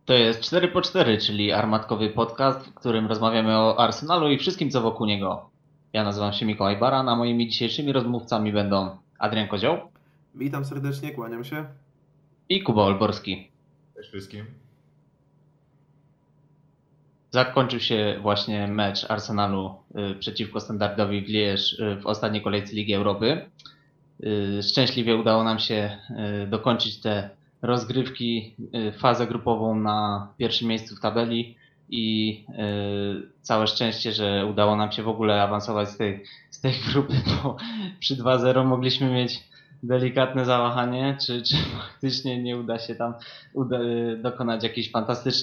To jest 4 po 4, czyli armatkowy podcast, w którym rozmawiamy o Arsenalu i wszystkim, co wokół niego. Ja nazywam się Mikołaj Baran, a moimi dzisiejszymi rozmówcami będą Adrian Kozioł Witam serdecznie, kłaniam się. i Kuba Olborski. Cześć wszystkim. Zakończył się właśnie mecz Arsenalu przeciwko Standardowi Liège w ostatniej kolejce Ligi Europy. Szczęśliwie udało nam się dokończyć te rozgrywki, fazę grupową na pierwszym miejscu w tabeli i całe szczęście, że udało nam się w ogóle awansować z tej grupy, bo przy 2-0 mogliśmy mieć delikatne zawahanie, czy faktycznie nie uda się tam dokonać jakiejś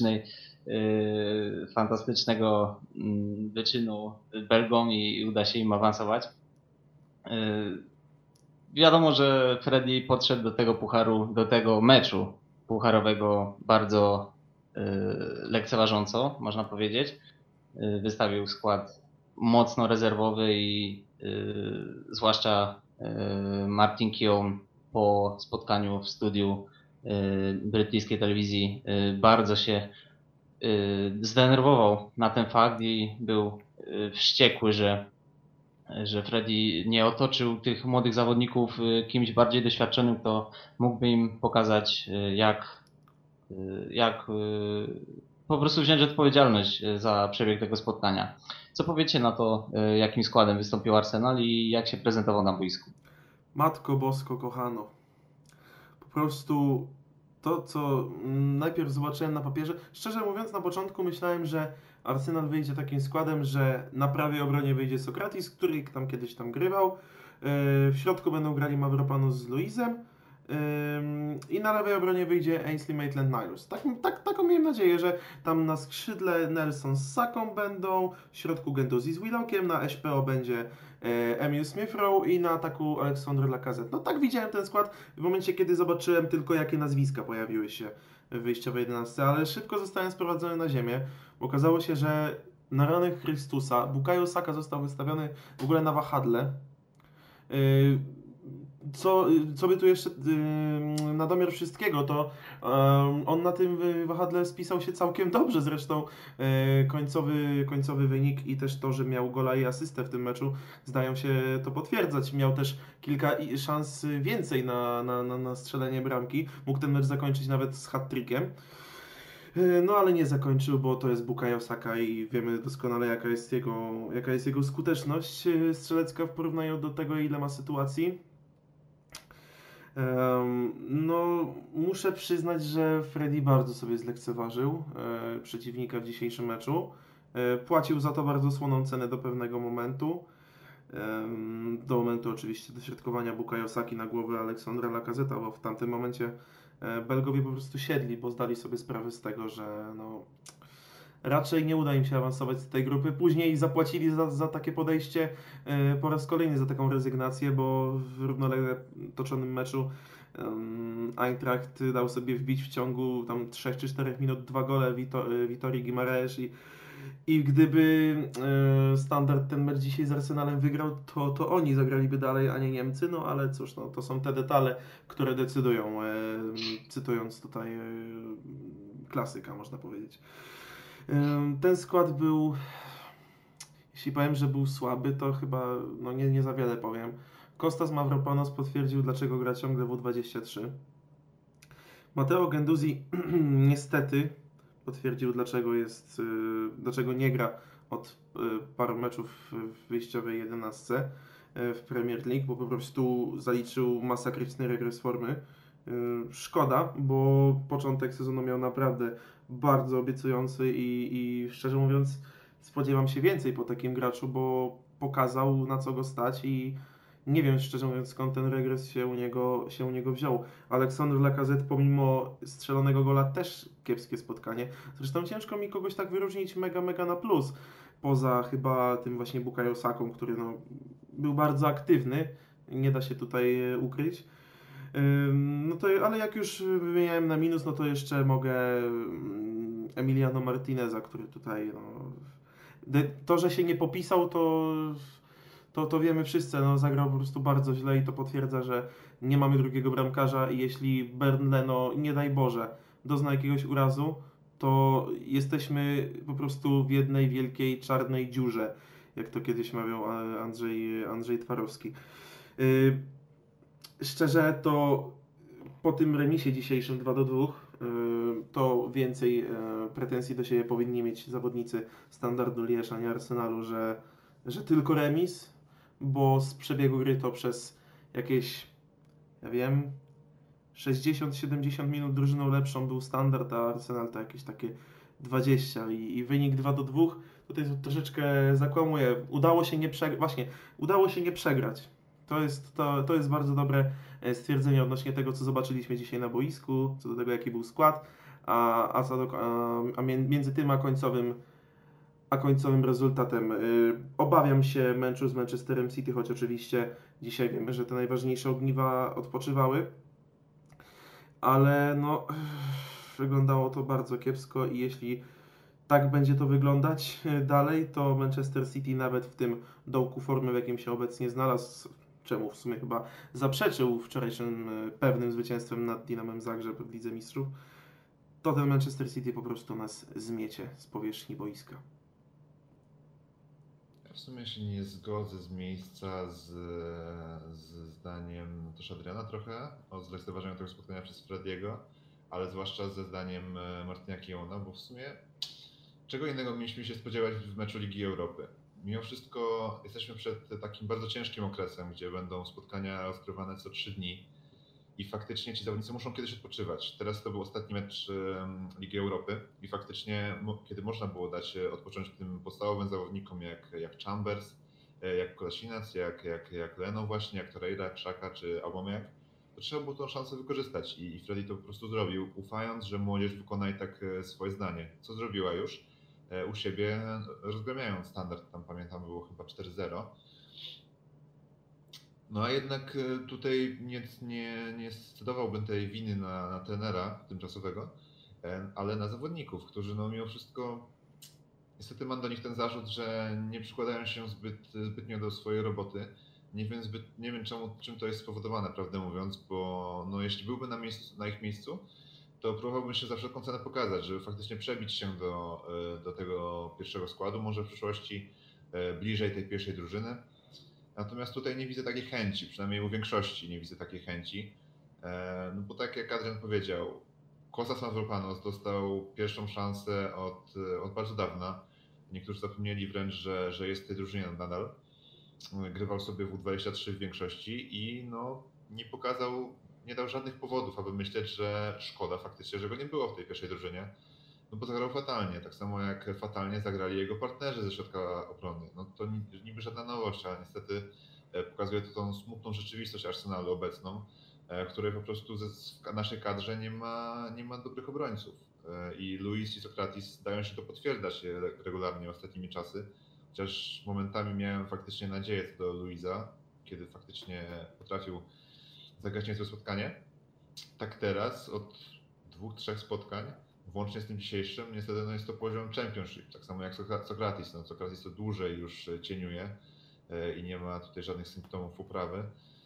fantastycznego wyczynu Belgom i uda się im awansować. Wiadomo, że Freddy podszedł do tego pucharu, do tego meczu pucharowego bardzo lekceważąco, można powiedzieć. Wystawił skład mocno rezerwowy i zwłaszcza Martin Keown po spotkaniu w studiu brytyjskiej telewizji bardzo się zdenerwował na ten fakt i był wściekły, że Freddy nie otoczył tych młodych zawodników kimś bardziej doświadczonym, kto mógłby im pokazać, jak po prostu wziąć odpowiedzialność za przebieg tego spotkania. Co powiecie na to, jakim składem wystąpił Arsenal i jak się prezentował na boisku? Matko Bosko kochano. Po prostu to, co najpierw zobaczyłem na papierze, szczerze mówiąc na początku myślałem, że Arsenal wyjdzie takim składem, że na prawej obronie wyjdzie Sokratis, który tam kiedyś tam grywał. W środku będą grali Mavropanos z Luizem. I na lewej obronie wyjdzie Ainsley Maitland-Niles. Taką miałem nadzieję, że tam na skrzydle Nelson z Saką będą, w środku Guendouzi z Willockiem, na SPO będzie Emil Smith-Rowe i na ataku Alexandre Lacazette. No tak widziałem ten skład w momencie, kiedy zobaczyłem tylko jakie nazwiska pojawiły się w wyjściowej 11, ale szybko zostałem sprowadzony na ziemię. Okazało się, że na ranę Chrystusa Bukayo Saka został wystawiony w ogóle na wahadle. Co by tu jeszcze na domiar wszystkiego, to on na tym wahadle spisał się całkiem dobrze, zresztą końcowy wynik i też to, że miał gola i asystę w tym meczu, zdają się to potwierdzać. Miał też kilka szans więcej na strzelenie bramki, mógł ten mecz zakończyć nawet z hat-trickiem. No ale nie zakończył, bo to jest Bukayo Saka i wiemy doskonale jaka jest jego skuteczność strzelecka w porównaniu do tego, ile ma sytuacji. No, muszę przyznać, że Freddy bardzo sobie zlekceważył przeciwnika w dzisiejszym meczu. Płacił za to bardzo słoną cenę do pewnego momentu. Do momentu oczywiście dośrodkowania Bukayo Saki na głowę Alexandra Lacazette'a, bo w tamtym momencie Belgowie po prostu siedli, bo zdali sobie sprawę z tego, że no, raczej nie uda im się awansować z tej grupy. Później zapłacili za takie podejście po raz kolejny, za taką rezygnację, bo w równolegle toczonym meczu Eintracht dał sobie wbić w ciągu tam 3 czy 4 minut 2 gole Vitórii Guimarães i gdyby Standard ten mecz dzisiaj z Arsenalem wygrał, to oni zagraliby dalej, a nie Niemcy, no ale cóż, no, to są te detale, które decydują, cytując tutaj klasyka, można powiedzieć. Ten skład był, jeśli powiem, że był słaby, to chyba no nie za wiele powiem. Kostas Mavropanos potwierdził, dlaczego gra ciągle W23. Matteo Guendouzi niestety potwierdził, dlaczego nie gra od paru meczów w wyjściowej 11 w Premier League, bo po prostu zaliczył masakryczny regres formy. Szkoda, bo początek sezonu miał naprawdę bardzo obiecujący i szczerze mówiąc spodziewam się więcej po takim graczu, bo pokazał, na co go stać i nie wiem szczerze mówiąc, skąd ten regres się u niego wziął. Alexandre Lacazette pomimo strzelonego gola też kiepskie spotkanie. Zresztą ciężko mi kogoś tak wyróżnić mega na plus. Poza chyba tym właśnie Bukayo Saką, który no, był bardzo aktywny. Nie da się tutaj ukryć. No to, ale jak już wymieniałem na minus, no to jeszcze mogę Emiliano Martineza, który tutaj no, to, że się nie popisał, to wiemy wszyscy, no, zagrał po prostu bardzo źle i to potwierdza, że nie mamy drugiego bramkarza i jeśli Bernd Leno, nie daj Boże, dozna jakiegoś urazu, to jesteśmy po prostu w jednej wielkiej czarnej dziurze, jak to kiedyś mawiał Andrzej Twarowski. Szczerze to po tym remisie dzisiejszym 2-2 to więcej pretensji do siebie powinni mieć zawodnicy Standardu Liège, a nie Arsenalu, że tylko remis, bo z przebiegu gry to przez jakieś, ja wiem, 60-70 minut drużyną lepszą był Standard, a Arsenal to jakieś takie 20 i wynik 2-2 tutaj troszeczkę zakłamuje. Udało się nie przegrać. To jest bardzo dobre stwierdzenie odnośnie tego, co zobaczyliśmy dzisiaj na boisku, co do tego, jaki był skład, między tym a końcowym rezultatem. Obawiam się meczu z Manchesterem City, choć oczywiście dzisiaj wiemy, że te najważniejsze ogniwa odpoczywały, ale no wyglądało to bardzo kiepsko i jeśli tak będzie to wyglądać dalej, to Manchester City nawet w tym dołku formy, w jakim się obecnie znalazł, czemu w sumie chyba zaprzeczył wczorajszym pewnym zwycięstwem nad Dinamem Zagrzeb w Lidze Mistrzów, to ten Manchester City po prostu nas zmiecie z powierzchni boiska. Ja w sumie się nie zgodzę z miejsca z zdaniem też Adriana trochę o zlekceważeniu tego spotkania przez Frediego, ale zwłaszcza ze zdaniem Martina Keowna, bo w sumie czego innego mieliśmy się spodziewać w meczu Ligi Europy. Mimo wszystko jesteśmy przed takim bardzo ciężkim okresem, gdzie będą spotkania rozgrywane co 3 dni i faktycznie ci zawodnicy muszą kiedyś odpoczywać. Teraz to był ostatni mecz Ligi Europy i faktycznie kiedy można było dać odpocząć tym podstawowym zawodnikom jak Chambers, jak Kolasinac, jak Leno właśnie, jak Torreira, jak Xhaka czy Aubameyang, to trzeba było tę szansę wykorzystać i Freddy to po prostu zrobił, ufając, że młodzież wykona i tak swoje zdanie, co zrobiła już u siebie, rozgramiając Standard, tam pamiętam było chyba 4-0. No a jednak tutaj nie scedowałbym tej winy na trenera tymczasowego, ale na zawodników, którzy no mimo wszystko, niestety mam do nich ten zarzut, że nie przykładają się zbytnio do swojej roboty. Nie wiem czym to jest spowodowane, prawdę mówiąc, bo no, jeśli byłby na ich miejscu, to próbowałbym się za wszelką cenę pokazać, żeby faktycznie przebić się do tego pierwszego składu, może w przyszłości bliżej tej pierwszej drużyny. Natomiast tutaj nie widzę takiej chęci, przynajmniej u większości nie widzę takiej chęci. No bo tak jak Adrian powiedział, Kostas Mavropanos dostał pierwszą szansę od bardzo dawna. Niektórzy zapomnieli wręcz, że jest w tej drużynie nadal. Grywał sobie w U23 w większości i no, nie dał żadnych powodów, aby myśleć, że szkoda faktycznie, że go nie było w tej pierwszej drużynie. No bo zagrał fatalnie, tak samo jak fatalnie zagrali jego partnerzy ze środka obrony. No to niby żadna nowość, ale niestety pokazuje to tą smutną rzeczywistość Arsenalu obecną, w której po prostu w naszej kadrze nie ma dobrych obrońców. I Luis i Sokratis dają się to potwierdzać regularnie ostatnimi czasy, chociaż momentami miałem faktycznie nadzieję co do Luisa, kiedy faktycznie potrafił zagrać niezłe spotkanie. Tak teraz, od 2-3 spotkań, włącznie z tym dzisiejszym, niestety no jest to poziom Championship, tak samo jak Sokratis. No, Sokratis to dłużej już cieniuje i nie ma tutaj żadnych symptomów poprawy.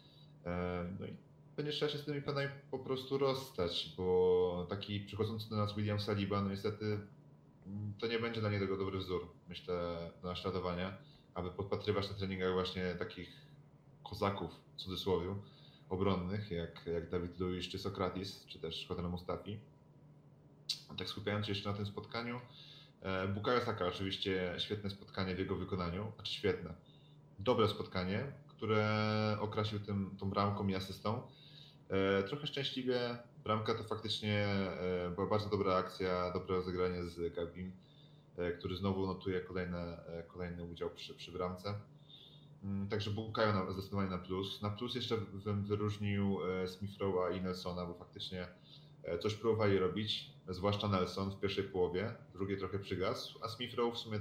No i będzie trzeba się z tymi panami po prostu rozstać, bo taki przychodzący do nas William Saliba, no niestety to nie będzie dla niego dobry wzór, myślę, do naśladowania, aby podpatrywać na treningach właśnie takich kozaków, w cudzysłowie, obronnych, jak David Luiz czy Sokratis, czy też Hotel Mustafi. Tak skupiając się jeszcze na tym spotkaniu, Bukayo Saka oczywiście świetne spotkanie w jego wykonaniu, znaczy świetne, dobre spotkanie, które okrasił tą bramką i asystą. Trochę szczęśliwie, bramka to faktycznie była bardzo dobra akcja, dobre rozegranie z Gabim, który znowu notuje kolejny udział przy bramce. Także Bukayo zdecydowanie na plus. Na plus jeszcze bym wyróżnił Smith Rowe'a i Nelsona, bo faktycznie coś próbowali robić, zwłaszcza Nelson w pierwszej połowie, w drugiej trochę przygasł, a Smith Rowe w sumie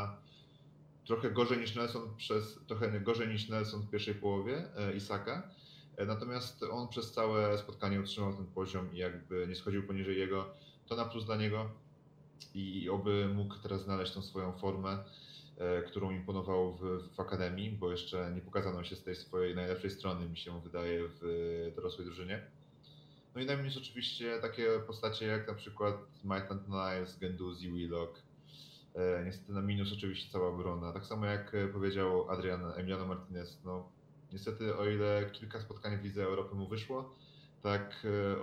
trochę gorzej niż Nelson w pierwszej połowie i Saka. Natomiast on przez całe spotkanie utrzymał ten poziom i jakby nie schodził poniżej jego, to na plus dla niego i oby mógł teraz znaleźć tą swoją formę, którą imponował w Akademii, bo jeszcze nie pokazano się z tej swojej najlepszej strony, mi się wydaje, w dorosłej drużynie. No i najmniej oczywiście takie postacie jak na przykład Maitland Niles, Guendouzi, Willock. Niestety na minus oczywiście cała obrona. Tak samo jak powiedział Adrian, Emiliano Martinez, no niestety o ile kilka spotkań w Lidze Europy mu wyszło, tak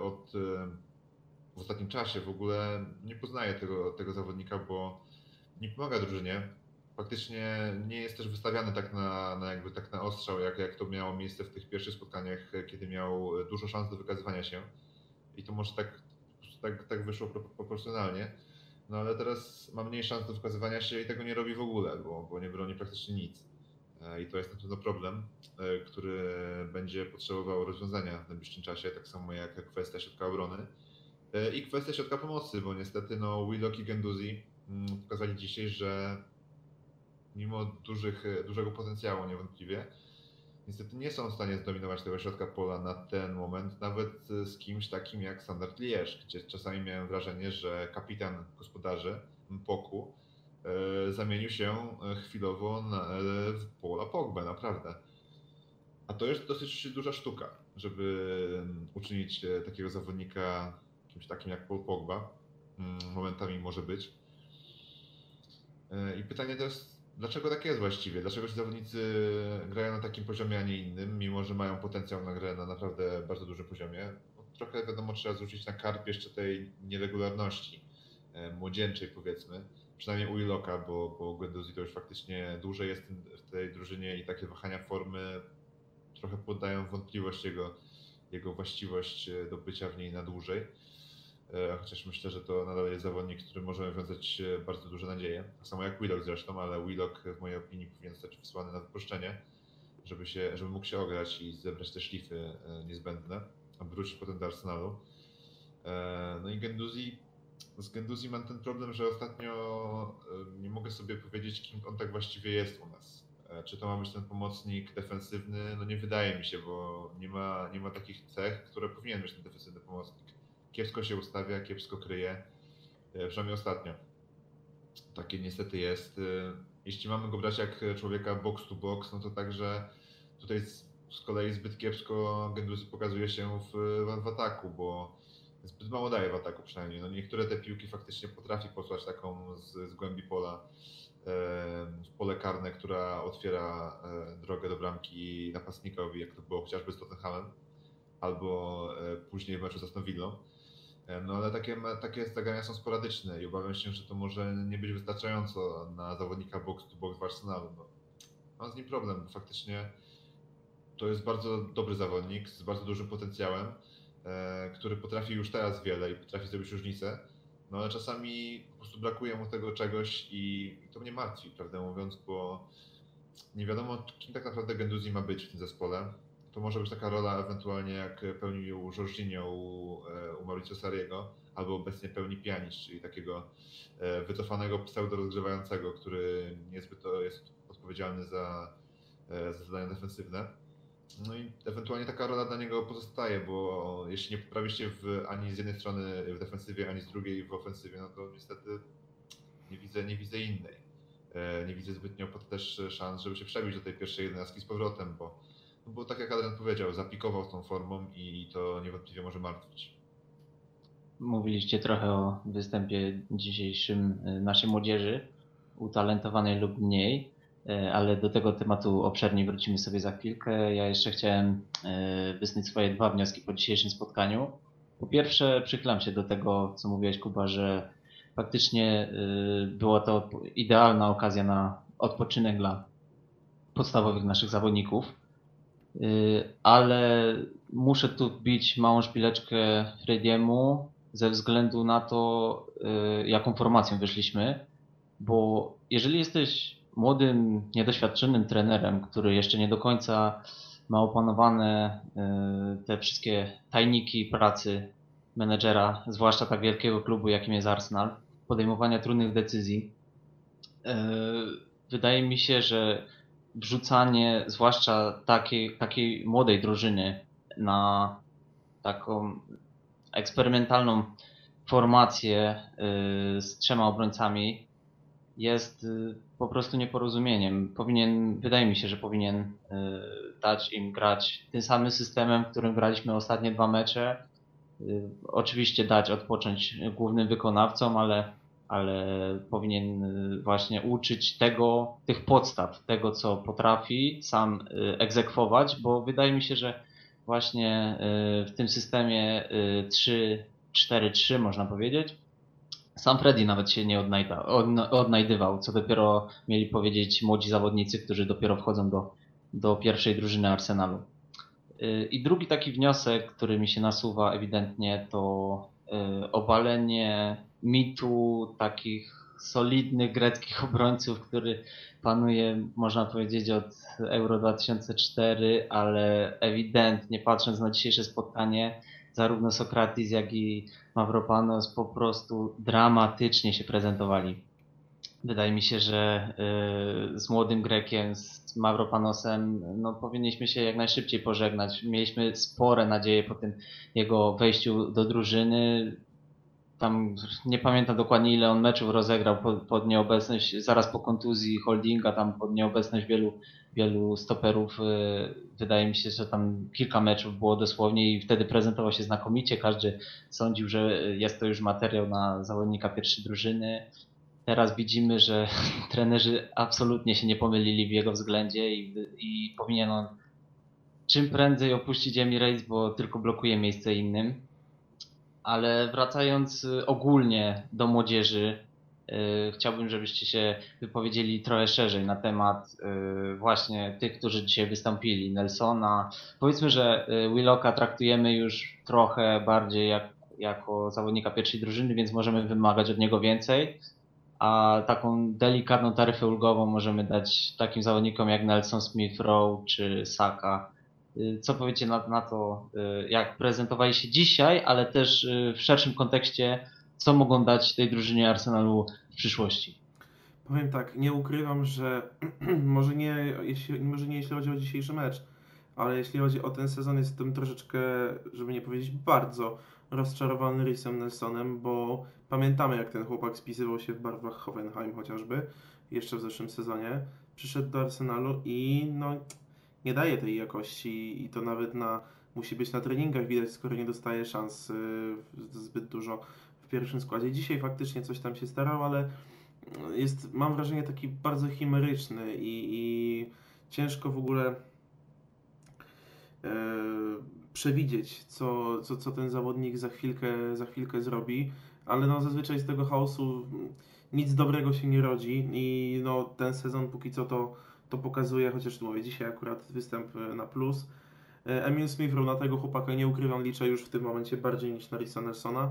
w ostatnim czasie w ogóle nie poznaję tego zawodnika, bo nie pomaga drużynie. Faktycznie nie jest też wystawiany tak na ostrzał, jak to miało miejsce w tych pierwszych spotkaniach, kiedy miał dużo szans do wykazywania się. I to może tak wyszło proporcjonalnie. No ale teraz ma mniej szans do wykazywania się i tego nie robi w ogóle, bo nie broni praktycznie nic. I to jest na pewno problem, który będzie potrzebował rozwiązania w najbliższym czasie, tak samo jak kwestia środka obrony i kwestia środka pomocy, bo niestety no, Willock i Guendouzi pokazali dzisiaj, że mimo dużego potencjału niewątpliwie, niestety nie są w stanie zdominować tego środka pola na ten moment, nawet z kimś takim jak Standard Liège, gdzie czasami miałem wrażenie, że kapitan gospodarzy Mpoku zamienił się chwilowo w Paula Pogbę, naprawdę. A to jest dosyć duża sztuka, żeby uczynić takiego zawodnika kimś takim jak Paul Pogba. Momentami może być. I pytanie to jest, dlaczego tak jest właściwie? Dlaczego ci zawodnicy grają na takim poziomie, a nie innym, mimo że mają potencjał na grę na naprawdę bardzo dużym poziomie? No, trochę wiadomo, trzeba zrzucić na karp jeszcze tej nieregularności młodzieńczej, powiedzmy. Przynajmniej u Willocka, bo Guendouzi to już faktycznie dłużej jest w tej drużynie i takie wahania formy trochę poddają wątpliwość jego właściwość do bycia w niej na dłużej. Chociaż myślę, że to nadal jest zawodnik, z którym możemy wiązać bardzo duże nadzieje. Tak samo jak Willock zresztą, ale Willock w mojej opinii powinien zostać wysłany na wypuszczenie, żeby mógł się ograć i zebrać te szlify niezbędne, aby wrócić potem do Arsenalu. No i z Guendouzi mam ten problem, że ostatnio nie mogę sobie powiedzieć, kim on tak właściwie jest u nas. Czy to ma być ten pomocnik defensywny? No nie wydaje mi się, bo nie ma takich cech, które powinien być ten defensywny pomocnik. Kiepsko się ustawia, kiepsko kryje, przynajmniej ostatnio. Takie niestety jest. Jeśli mamy go brać jak człowieka box to box, no to także tutaj z kolei zbyt kiepsko Guendouzi pokazuje się w ataku, bo zbyt mało daje w ataku przynajmniej. No niektóre te piłki faktycznie potrafi posłać taką z głębi pola w pole karne, która otwiera drogę do bramki napastnikowi, jak to było chociażby z Tottenhamem, albo później w meczu z Aston Villą. No ale takie zagrania są sporadyczne i obawiam się, że to może nie być wystarczająco na zawodnika box to box w Arsenalu. No, mam z nim problem, bo faktycznie to jest bardzo dobry zawodnik z bardzo dużym potencjałem, który potrafi już teraz wiele i potrafi zrobić różnicę, no ale czasami po prostu brakuje mu tego czegoś i to mnie martwi, prawdę mówiąc, bo nie wiadomo, kim tak naprawdę Guendouzi ma być w tym zespole. To może być taka rola ewentualnie jak pełnił Jorginho u Mauricio Sarriego, albo obecnie pełni Pjanic, czyli takiego wycofanego pseudo-rozgrywającego, który niezbyt jest odpowiedzialny za zadania defensywne. No i ewentualnie taka rola dla niego pozostaje, bo jeśli nie poprawi się ani z jednej strony w defensywie, ani z drugiej w ofensywie, no to niestety nie widzę innej. Nie widzę zbytnio też szans, żeby się przebić do tej pierwszej 11 z powrotem, bo tak jak Adrian powiedział, zapikował z tą formą i to niewątpliwie może martwić. Mówiliście trochę o występie dzisiejszym naszej młodzieży, utalentowanej lub mniej, ale do tego tematu obszerniej wrócimy sobie za chwilkę. Ja jeszcze chciałem wysnuć swoje 2 wnioski po dzisiejszym spotkaniu. Po pierwsze, przychylam się do tego, co mówiłeś, Kuba, że faktycznie była to idealna okazja na odpoczynek dla podstawowych naszych zawodników, ale muszę tu wbić małą szpileczkę Frediemu ze względu na to, jaką formacją wyszliśmy, bo jeżeli jesteś młodym, niedoświadczonym trenerem, który jeszcze nie do końca ma opanowane te wszystkie tajniki pracy menedżera, zwłaszcza tak wielkiego klubu, jakim jest Arsenal, podejmowania trudnych decyzji, wydaje mi się, że wrzucanie zwłaszcza takiej młodej drużyny na taką eksperymentalną formację z 3 obrońcami jest po prostu nieporozumieniem. Wydaje mi się, że powinien dać im grać tym samym systemem, którym graliśmy ostatnie 2 mecze Oczywiście dać odpocząć głównym wykonawcom, ale powinien właśnie uczyć tych podstaw, tego co potrafi sam egzekwować, bo wydaje mi się, że właśnie w tym systemie 3-4-3 można powiedzieć, sam Freddy nawet się nie odnajdywał, co dopiero mieli powiedzieć młodzi zawodnicy, którzy dopiero wchodzą do pierwszej drużyny Arsenalu. I drugi taki wniosek, który mi się nasuwa ewidentnie, to obalenie mitu takich solidnych greckich obrońców, który panuje, można powiedzieć, od Euro 2004, ale ewidentnie patrząc na dzisiejsze spotkanie, zarówno Sokratis, jak i Mavropanos po prostu dramatycznie się prezentowali. Wydaje mi się, że z młodym Grekiem, z Mavropanosem, no, powinniśmy się jak najszybciej pożegnać. Mieliśmy spore nadzieje po tym jego wejściu do drużyny. Tam nie pamiętam dokładnie, ile on meczów rozegrał pod nieobecność, zaraz po kontuzji Holdinga, tam pod nieobecność wielu stoperów. Wydaje mi się, że tam kilka meczów było dosłownie i wtedy prezentował się znakomicie. Każdy sądził, że jest to już materiał na zawodnika pierwszej drużyny. Teraz widzimy, że trenerzy absolutnie się nie pomylili w jego względzie i powinien on czym prędzej opuścić Emirates, bo tylko blokuje miejsce innym. Ale wracając ogólnie do młodzieży, chciałbym, żebyście się wypowiedzieli trochę szerzej na temat właśnie tych, którzy dzisiaj wystąpili. Nelsona. Powiedzmy, że Willocka traktujemy już trochę bardziej jako zawodnika pierwszej drużyny, więc możemy wymagać od niego więcej. A taką delikatną taryfę ulgową możemy dać takim zawodnikom jak Nelson Smith-Rowe czy Saka. Co powiecie na to, jak prezentowali się dzisiaj, ale też w szerszym kontekście, co mogą dać tej drużynie Arsenalu w przyszłości? Powiem tak, nie ukrywam, że może nie jeśli chodzi o dzisiejszy mecz, ale jeśli chodzi o ten sezon, jestem troszeczkę, żeby nie powiedzieć bardzo, rozczarowany Reesem Nelsonem, bo pamiętamy, jak ten chłopak spisywał się w barwach Hoffenheim chociażby, jeszcze w zeszłym sezonie. Przyszedł do Arsenalu i no, nie daje tej jakości i to nawet musi być na treningach widać, skoro nie dostaje szans zbyt dużo w pierwszym składzie. Dzisiaj faktycznie coś tam się starał, ale mam wrażenie, taki bardzo chimeryczny i ciężko w ogóle przewidzieć, co ten zawodnik za chwilkę zrobi, ale no zazwyczaj z tego chaosu nic dobrego się nie rodzi i no ten sezon póki co to pokazuje, chociaż tu mówię, dzisiaj akurat występ na plus. Emil Smith-Rowe, na tego chłopaka nie ukrywam, liczę już w tym momencie bardziej niż na Reesa Nelsona.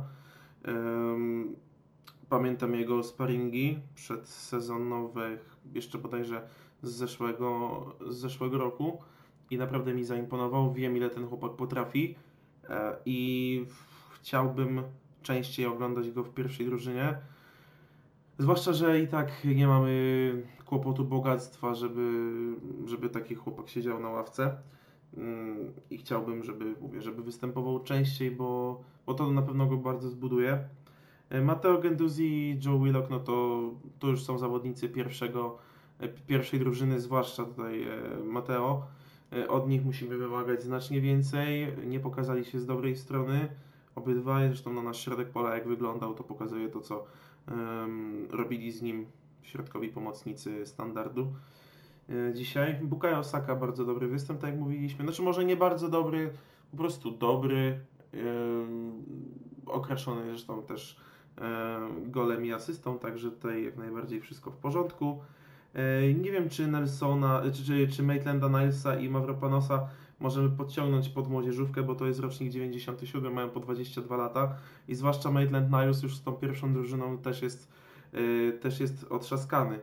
Pamiętam jego sparingi przedsezonowe, jeszcze bodajże z zeszłego roku i naprawdę mi zaimponował. Wiem, ile ten chłopak potrafi i chciałbym częściej oglądać go w pierwszej drużynie. Zwłaszcza, że i tak nie mamy kłopotu bogactwa, żeby taki chłopak siedział na ławce. I chciałbym, żeby występował częściej, bo to na pewno go bardzo zbuduje. Matteo Guendouzi i Joe Willock, no to już są zawodnicy pierwszej drużyny, zwłaszcza tutaj Matteo. Od nich musimy wymagać znacznie więcej. Nie pokazali się z dobrej strony obydwaj, zresztą no, nasz środek pola jak wyglądał, to pokazuje to, co robili z nim środkowi pomocnicy standardu. Dzisiaj Bukayo Saka, bardzo dobry występ, tak jak mówiliśmy. Znaczy może nie bardzo dobry, po prostu dobry, okraszony zresztą też golem i asystą, także tutaj jak najbardziej wszystko w porządku. Nie wiem, czy Nelsona, czy Maitland Nilesa i Mavropanosa możemy podciągnąć pod młodzieżówkę, bo to jest rocznik 97, mają po 22 lata i zwłaszcza Maitland Niles już z tą pierwszą drużyną też jest otrzaskany.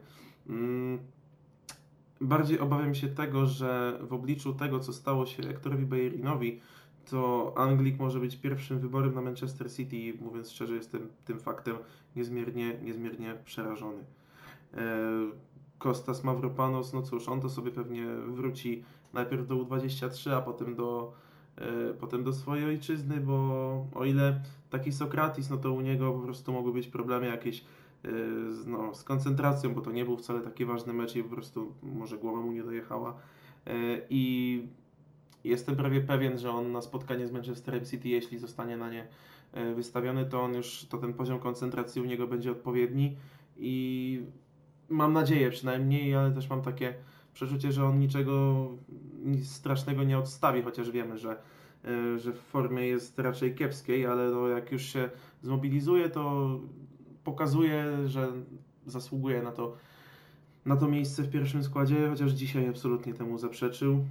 Bardziej obawiam się tego, że w obliczu tego, co stało się Hektorowi Bellerinowi, to Anglik może być pierwszym wyborem na Manchester City i mówiąc szczerze, jestem tym faktem niezmiernie przerażony. Kostas Mavropanos, no cóż, on to sobie pewnie wróci najpierw do U23, a potem do swojej ojczyzny, bo o ile taki Sokratis, no to u niego po prostu mogły być problemy jakieś z koncentracją, bo to nie był wcale taki ważny mecz i po prostu może głowa mu nie dojechała. I Jestem prawie pewien, że on na spotkanie z Manchesterem City, jeśli zostanie na nie wystawiony, to ten poziom koncentracji u niego będzie odpowiedni i mam nadzieję przynajmniej, ale też mam takie przeczucie, że on nic strasznego nie odstawi, chociaż wiemy, że w formie jest raczej kiepskiej, ale no jak już się zmobilizuje, to pokazuje, że zasługuje na to miejsce w pierwszym składzie, chociaż dzisiaj absolutnie temu zaprzeczył.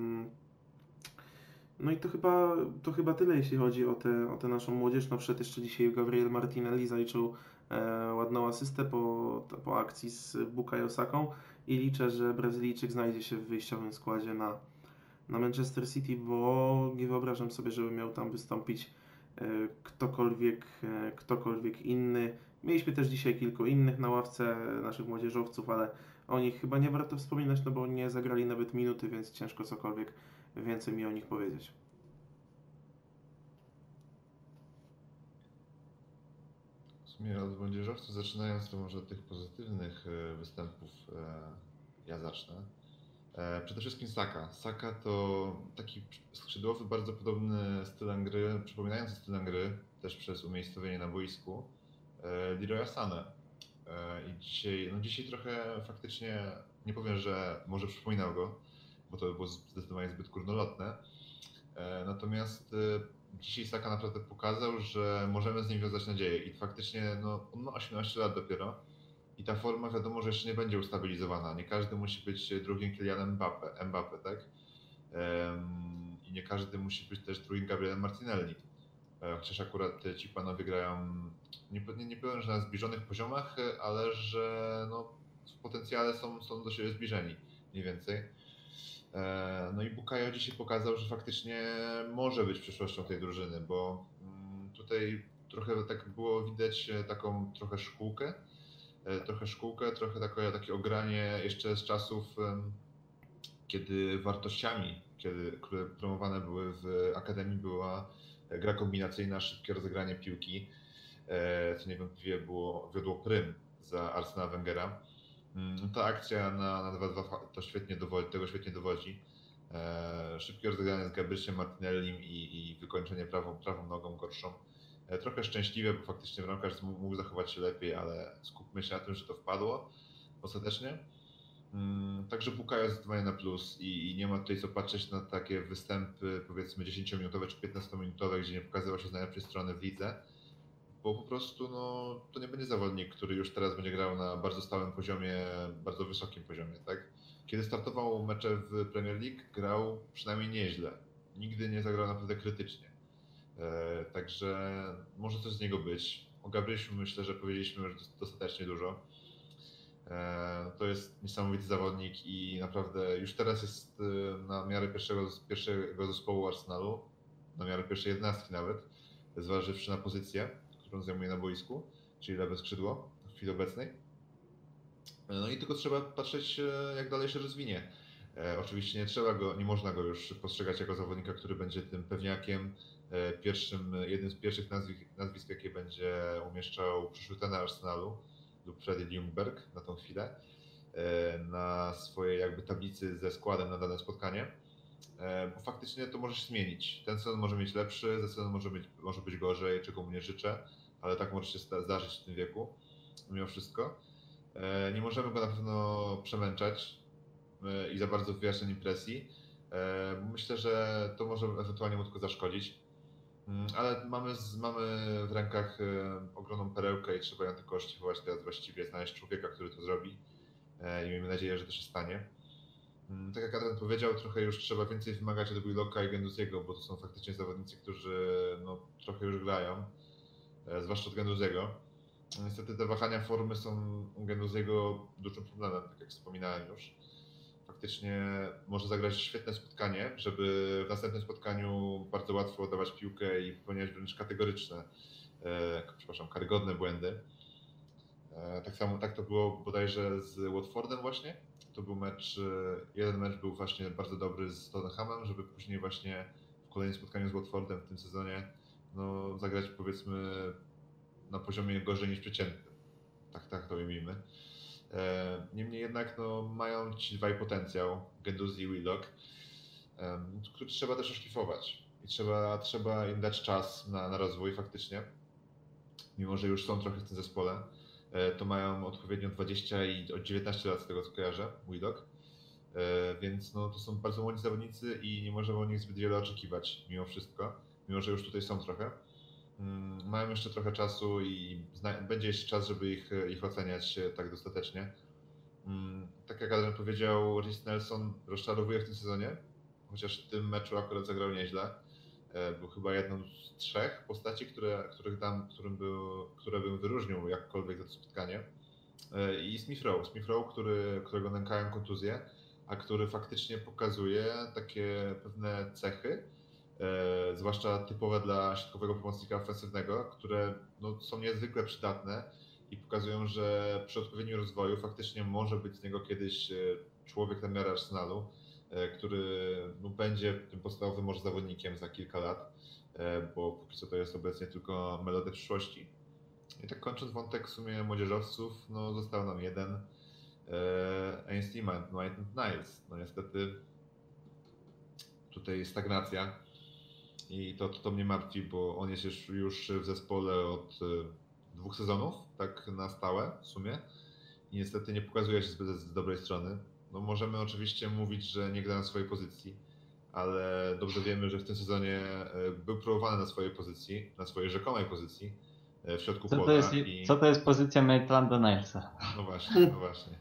No i to chyba tyle, jeśli chodzi o tę naszą młodzież. No wszedł jeszcze dzisiaj Gabriel Martinelli, zaliczył ładną asystę po akcji z Bukayo Saką i liczę, że Brazylijczyk znajdzie się w wyjściowym składzie na Manchester City, bo nie wyobrażam sobie, żeby miał tam wystąpić ktokolwiek inny. Mieliśmy też dzisiaj kilku innych na ławce naszych młodzieżowców, ale o nich chyba nie warto wspominać, no bo nie zagrali nawet minuty, więc ciężko cokolwiek więcej mi o nich powiedzieć. W sumie od młodzieżowców zaczynając, to może od tych pozytywnych występów ja zacznę. Przede wszystkim Saka. Saka to taki skrzydłowy, bardzo podobny stylem gry, przypominający stylem gry, też przez umiejscowienie na boisku, Leroya Sané. I dzisiaj trochę faktycznie, nie powiem, że może przypominał go, bo to by było zdecydowanie zbyt górnolotne. Natomiast dzisiaj Saka naprawdę pokazał, że możemy z nim wiązać nadzieję i faktycznie on ma 18 lat dopiero i ta forma wiadomo, że jeszcze nie będzie ustabilizowana. Nie każdy musi być drugim Kylianem Mbappé, tak? I nie każdy musi być też drugim Gabrielem Martinelli. Chociaż akurat ci panowie grają, nie powiem, że na zbliżonych poziomach, ale że w potencjale są do siebie zbliżeni mniej więcej. No i Bukayo dzisiaj pokazał, że faktycznie może być przyszłością tej drużyny, bo tutaj trochę tak było widać taką trochę szkółkę, trochę takie ogranie jeszcze z czasów, kiedy wartościami, które promowane były w Akademii, była gra kombinacyjna, szybkie rozegranie piłki, co niewątpliwie wiodło prym za Arsena Wengera. Ta akcja na 2-2 tego świetnie dowodzi. Szybkie rozegranie z Gabrielem Martinellim i wykończenie prawą nogą gorszą. Trochę szczęśliwe, bo faktycznie bramkarz mógł zachować się lepiej, ale skupmy się na tym, że to wpadło ostatecznie. Także Bukayo zdecydowanie na plus i nie ma tutaj co patrzeć na takie występy powiedzmy 10-minutowe czy 15-minutowe, gdzie nie pokazywał się z najlepszej strony w lidze, bo po prostu to nie będzie zawodnik, który już teraz będzie grał na bardzo stałym poziomie, bardzo wysokim poziomie, tak? Kiedy startował mecze w Premier League, grał przynajmniej nieźle. Nigdy nie zagrał naprawdę krytycznie. Także może coś z niego być. O Gabrieliu myślę, że powiedzieliśmy już dostatecznie dużo. To jest niesamowity zawodnik i naprawdę już teraz jest na miarę pierwszego zespołu Arsenalu, na miarę pierwszej 11 nawet, zważywszy na pozycję, którą zajmuje na boisku, czyli lewe skrzydło w chwili obecnej. No i tylko trzeba patrzeć, jak dalej się rozwinie. Oczywiście nie można go już postrzegać jako zawodnika, który będzie tym pewniakiem, jednym z pierwszych nazwisk, jakie będzie umieszczał przyszły trener Arsenalu lub Freddie Ljungberg na tą chwilę na swojej jakby tablicy ze składem na dane spotkanie, bo faktycznie to może się zmienić. Ten sezon może mieć lepszy, ten sezon może być gorzej, czego mu nie życzę, ale tak może się zdarzyć w tym wieku, mimo wszystko. Nie możemy go na pewno przemęczać i za bardzo wyjaśniać impresji. Myślę, że to może ewentualnie mu tylko zaszkodzić, ale mamy w rękach ogromną perełkę i trzeba ją tylko oszlifować teraz właściwie, znaleźć człowieka, który to zrobi i miejmy nadzieję, że to się stanie. Tak jak Adrian powiedział, trochę już trzeba więcej wymagać od Willocka i Guendouziego, bo to są faktycznie zawodnicy, którzy trochę już grają, zwłaszcza od Guendouziego. Niestety te wahania formy są u Guendouziego dużym problemem, tak jak wspominałem już. Faktycznie może zagrać świetne spotkanie, żeby w następnym spotkaniu bardzo łatwo oddawać piłkę i popełniać wręcz karygodne błędy. Tak to było bodajże z Watfordem właśnie. To był jeden mecz był właśnie bardzo dobry z Tottenhamem, żeby później właśnie w kolejnym spotkaniu z Watfordem w tym sezonie zagrać powiedzmy na poziomie gorzej niż przeciętnym. Tak to ujmijmy. Niemniej jednak mają ci dwaj potencjał, Guendouzi i Willock. który trzeba też oszlifować i trzeba im dać czas na rozwój faktycznie, mimo że już są trochę w tym zespole, to mają odpowiednio 20 i od 19 lat z tego co kojarzę, Widok, więc no, to są bardzo młodzi zawodnicy i nie możemy od nich zbyt wiele oczekiwać mimo wszystko, mimo że już tutaj są trochę. Mają jeszcze trochę czasu i będzie jeszcze czas, żeby ich oceniać tak dostatecznie. Tak jak Adrian powiedział, Reece Nelson rozczarowuje w tym sezonie, chociaż w tym meczu akurat zagrał nieźle. Był chyba jedną z 3 postaci, które bym wyróżnił jakkolwiek za to spotkanie. I Smith Rowe, którego nękają kontuzje, a który faktycznie pokazuje takie pewne cechy, zwłaszcza typowe dla środkowego pomocnika ofensywnego, które no, są niezwykle przydatne i pokazują, że przy odpowiednim rozwoju faktycznie może być z niego kiedyś człowiek na miarę Arsenalu, który no, będzie tym podstawowym może zawodnikiem za kilka lat, bo póki co to jest obecnie tylko melodia przyszłości. I tak kończąc wątek w sumie młodzieżowców, no został nam jeden Ainsley Maitland-Niles. No niestety tutaj stagnacja i to mnie martwi, bo on jest już w zespole od 2 sezonów, tak na stałe w sumie i niestety nie pokazuje się zbyt z dobrej strony. No możemy oczywiście mówić, że nie gra na swojej pozycji, ale dobrze wiemy, że w tym sezonie był próbowany na swojej pozycji, na swojej rzekomej pozycji w środku pola. Co to jest pozycja Maitland Nilesa? No właśnie.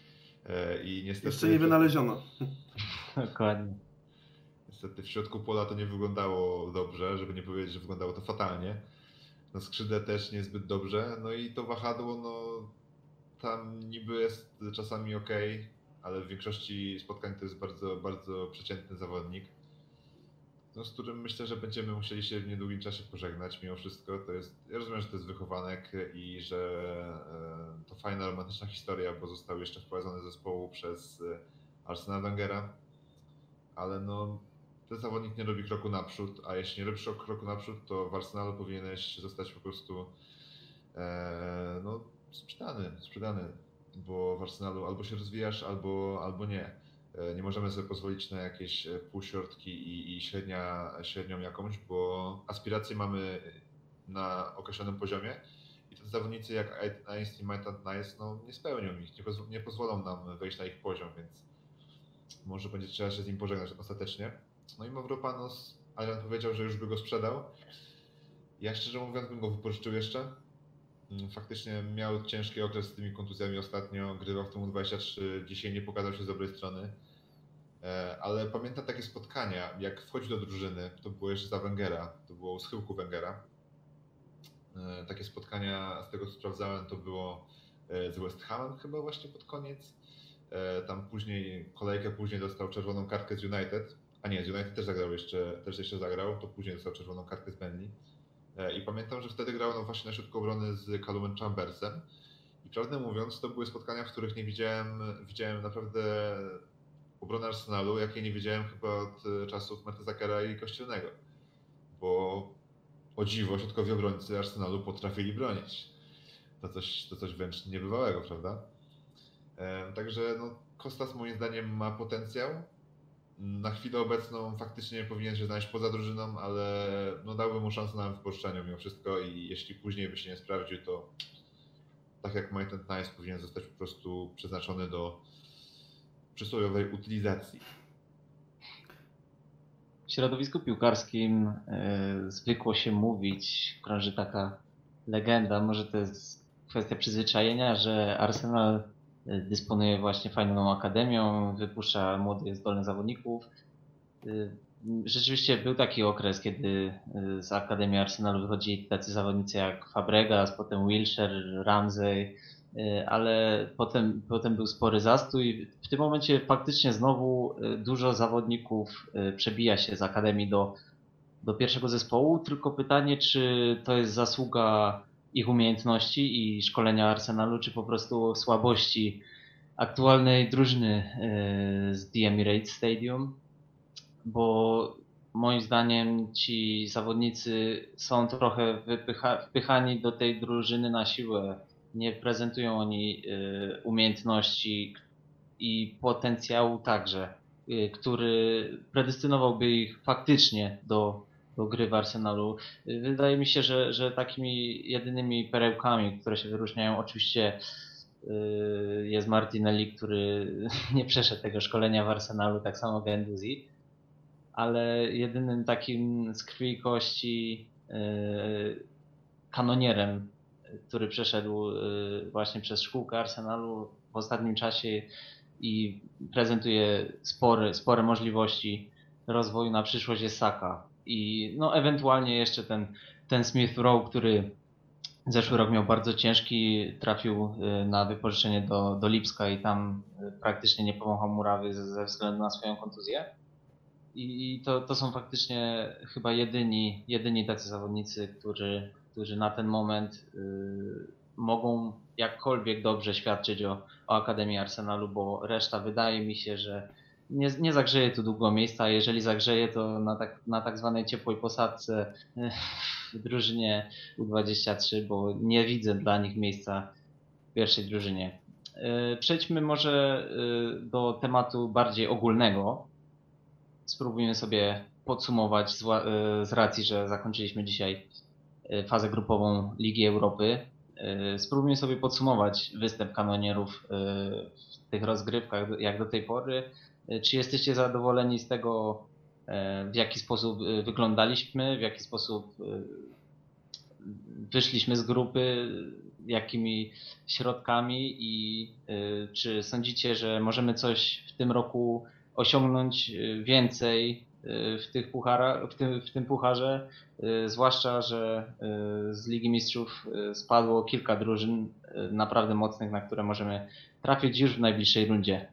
I niestety... Jeszcze nie wynaleziono. Dokładnie. Niestety w środku pola to nie wyglądało dobrze, żeby nie powiedzieć, że wyglądało to fatalnie. Na skrzydle też niezbyt dobrze, no i to wahadło, no tam niby jest czasami ok, ale w większości spotkań to jest bardzo, bardzo przeciętny zawodnik, no, z którym myślę, że będziemy musieli się w niedługim czasie pożegnać mimo wszystko. Ja rozumiem, że to jest wychowanek i że to fajna, romantyczna historia, bo został jeszcze wprowadzony do zespołu przez Arsena Wengera, ale no ten zawodnik nie robi kroku naprzód, a jeśli nie robisz kroku naprzód, to w Arsenalu powinieneś zostać po prostu no, sprzedany, bo w Arsenalu albo się rozwijasz, albo nie. Nie możemy sobie pozwolić na jakieś półśrodki i średnią jakąś, bo aspiracje mamy na określonym poziomie i te zawodnicy jak Ainsley Maitland-Niles no, nie spełnią ich, nie pozwolą nam wejść na ich poziom, więc może będzie trzeba się z nim pożegnać ostatecznie. No i Mavropanos, Adrian powiedział, że już by go sprzedał. Ja szczerze mówiąc bym go wypożyczył jeszcze. Faktycznie miał ciężki okres z tymi kontuzjami ostatnio, grywał w tym U23, dzisiaj nie pokazał się z dobrej strony. Ale pamiętam takie spotkania, jak wchodził do drużyny, to było jeszcze za Wengera, to było u schyłku Wengera. Takie spotkania, z tego co sprawdzałem, to było z West Hamem chyba właśnie pod koniec. Tam kolejkę później dostał czerwoną kartkę z United, a nie, z United też jeszcze zagrał, to później dostał czerwoną kartkę z Burnley. I pamiętam, że wtedy grał no właśnie na środku obrony z Callumem Chambersem. I prawdę mówiąc, to były spotkania, w których nie widziałem naprawdę obrony Arsenalu, jakiej nie widziałem chyba od czasów Mertezakera i Kościelnego. Bo o dziwo środkowi obrońcy Arsenalu potrafili bronić. To coś wręcz niebywałego, prawda? Także no, Kostas moim zdaniem ma potencjał. Na chwilę obecną faktycznie powinien się znaleźć poza drużyną, ale no, dałbym mu szansę na wypożyczenie mimo wszystko i jeśli później by się nie sprawdził, to tak jak Maitland-Niles powinien zostać po prostu przeznaczony do przysłowiowej utylizacji. W środowisku piłkarskim zwykło się mówić, krąży taka legenda, może to jest kwestia przyzwyczajenia, że Arsenal dysponuje właśnie fajną akademią, wypuszcza młodych, zdolnych zawodników. Rzeczywiście był taki okres, kiedy z Akademii Arsenalu wychodzili tacy zawodnicy jak Fabregas, potem Wilshere, Ramsey, ale potem był spory zastój. W tym momencie faktycznie znowu dużo zawodników przebija się z Akademii do pierwszego zespołu, tylko pytanie, czy to jest zasługa ich umiejętności i szkolenia Arsenalu, czy po prostu słabości aktualnej drużyny z The Emirates Stadium, bo moim zdaniem ci zawodnicy są trochę wpychani do tej drużyny na siłę. Nie prezentują oni umiejętności i potencjału także. który predestynowałby ich faktycznie do gry w Arsenalu. Wydaje mi się, że takimi jedynymi perełkami, które się wyróżniają, oczywiście jest Martinelli, który nie przeszedł tego szkolenia w Arsenalu, tak samo Guendouzi, ale jedynym takim z krwi i kości kanonierem, który przeszedł właśnie przez szkółkę Arsenalu w ostatnim czasie i prezentuje spore możliwości rozwoju na przyszłość, jest Saka. I no ewentualnie jeszcze ten Smith Rowe, który zeszły rok miał bardzo ciężki, trafił na wypożyczenie do Lipska i tam praktycznie nie pomogł murawy ze względu na swoją kontuzję. I to są faktycznie chyba jedyni tacy zawodnicy, którzy na ten moment mogą jakkolwiek dobrze świadczyć o Akademii Arsenalu, bo reszta wydaje mi się, że nie zagrzeje tu długo miejsca, a jeżeli zagrzeje, to na tak zwanej ciepłej posadce w drużynie U23, bo nie widzę dla nich miejsca w pierwszej drużynie. Przejdźmy może do tematu bardziej ogólnego. Spróbujmy sobie podsumować z racji, że zakończyliśmy dzisiaj fazę grupową Ligi Europy. Spróbujmy sobie podsumować występ kanonierów w tych rozgrywkach jak do tej pory. Czy jesteście zadowoleni z tego, w jaki sposób wyglądaliśmy, w jaki sposób wyszliśmy z grupy, jakimi środkami i czy sądzicie, że możemy coś w tym roku osiągnąć więcej w tym pucharze, zwłaszcza, że z Ligi Mistrzów spadło kilka drużyn naprawdę mocnych, na które możemy trafić już w najbliższej rundzie.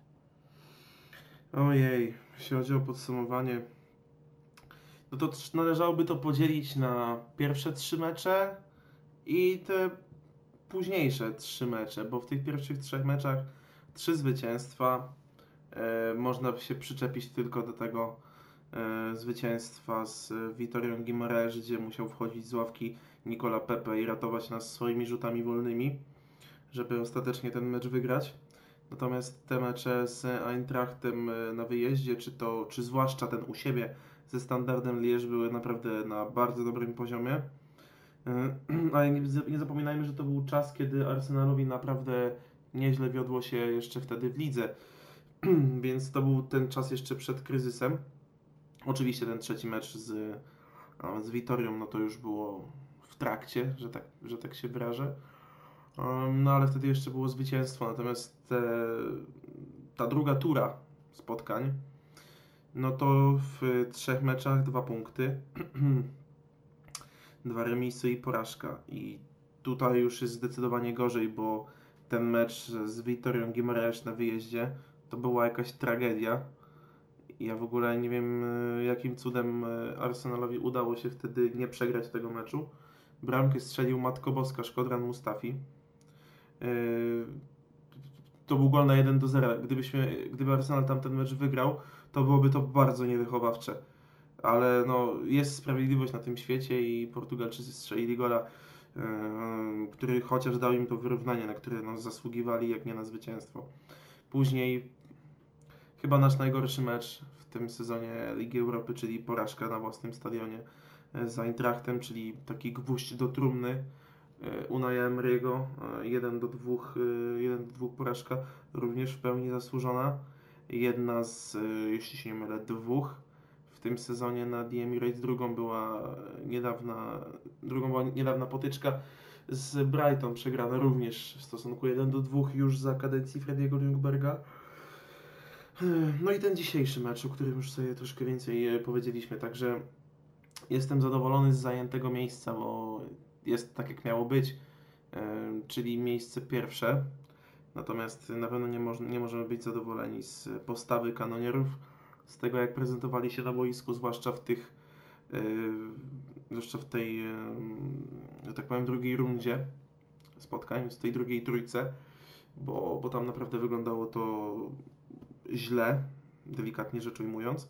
Ojej, jeśli chodzi o podsumowanie, no to należałoby to podzielić na pierwsze 3 mecze i te późniejsze 3 mecze, bo w tych pierwszych 3 meczach 3 zwycięstwa. Można się przyczepić tylko do tego zwycięstwa z Vitorią Guimaraes, gdzie musiał wchodzić z ławki Nicola Pepe i ratować nas swoimi rzutami wolnymi, żeby ostatecznie ten mecz wygrać. Natomiast te mecze z Eintrachtem na wyjeździe, czy zwłaszcza ten u siebie ze Standardem Liège, były naprawdę na bardzo dobrym poziomie. Ale nie zapominajmy, że to był czas, kiedy Arsenalowi naprawdę nieźle wiodło się jeszcze wtedy w lidze. Więc to był ten czas jeszcze przed kryzysem. Oczywiście ten trzeci mecz z Vitorią, no to już było w trakcie, że tak się wyrażę. No ale wtedy jeszcze było zwycięstwo, natomiast ta druga tura spotkań, no to w 3 meczach 2 punkty, 2 remisy i porażka. I tutaj już jest zdecydowanie gorzej, bo ten mecz z Vitorią Guimaraes na wyjeździe to była jakaś tragedia. Ja w ogóle nie wiem, jakim cudem Arsenalowi udało się wtedy nie przegrać tego meczu. Bramkę strzelił Matko Boska Shkodran Mustafi. To był gol na 1-0. Gdyby Arsenal tamten mecz wygrał, to byłoby to bardzo niewychowawcze. Ale no, jest sprawiedliwość na tym świecie i Portugalczycy strzelili gola, który chociaż dał im to wyrównanie, na które no, zasługiwali, jak nie na zwycięstwo. Później chyba nasz najgorszy mecz w tym sezonie Ligi Europy, czyli porażka na własnym stadionie z Eintrachtem, czyli taki gwóźdź do trumny Unaja Emery'ego, 1-2 porażka, również w pełni zasłużona. Jedna z, jeśli się nie mylę, 2 w tym sezonie na The Emirates, drugą była niedawna potyczka z Brighton, przegrana również w stosunku 1-2 już za kadencji Frediego Ljungberga. No i ten dzisiejszy mecz, o którym już sobie troszkę więcej powiedzieliśmy, także jestem zadowolony z zajętego miejsca, bo jest tak jak miało być, czyli miejsce pierwsze. Natomiast na pewno nie możemy być zadowoleni z postawy kanonierów, z tego jak prezentowali się na boisku, zwłaszcza w tej, że tak powiem, drugiej rundzie spotkań, z tej drugiej trójce, bo tam naprawdę wyglądało to źle, delikatnie rzecz ujmując.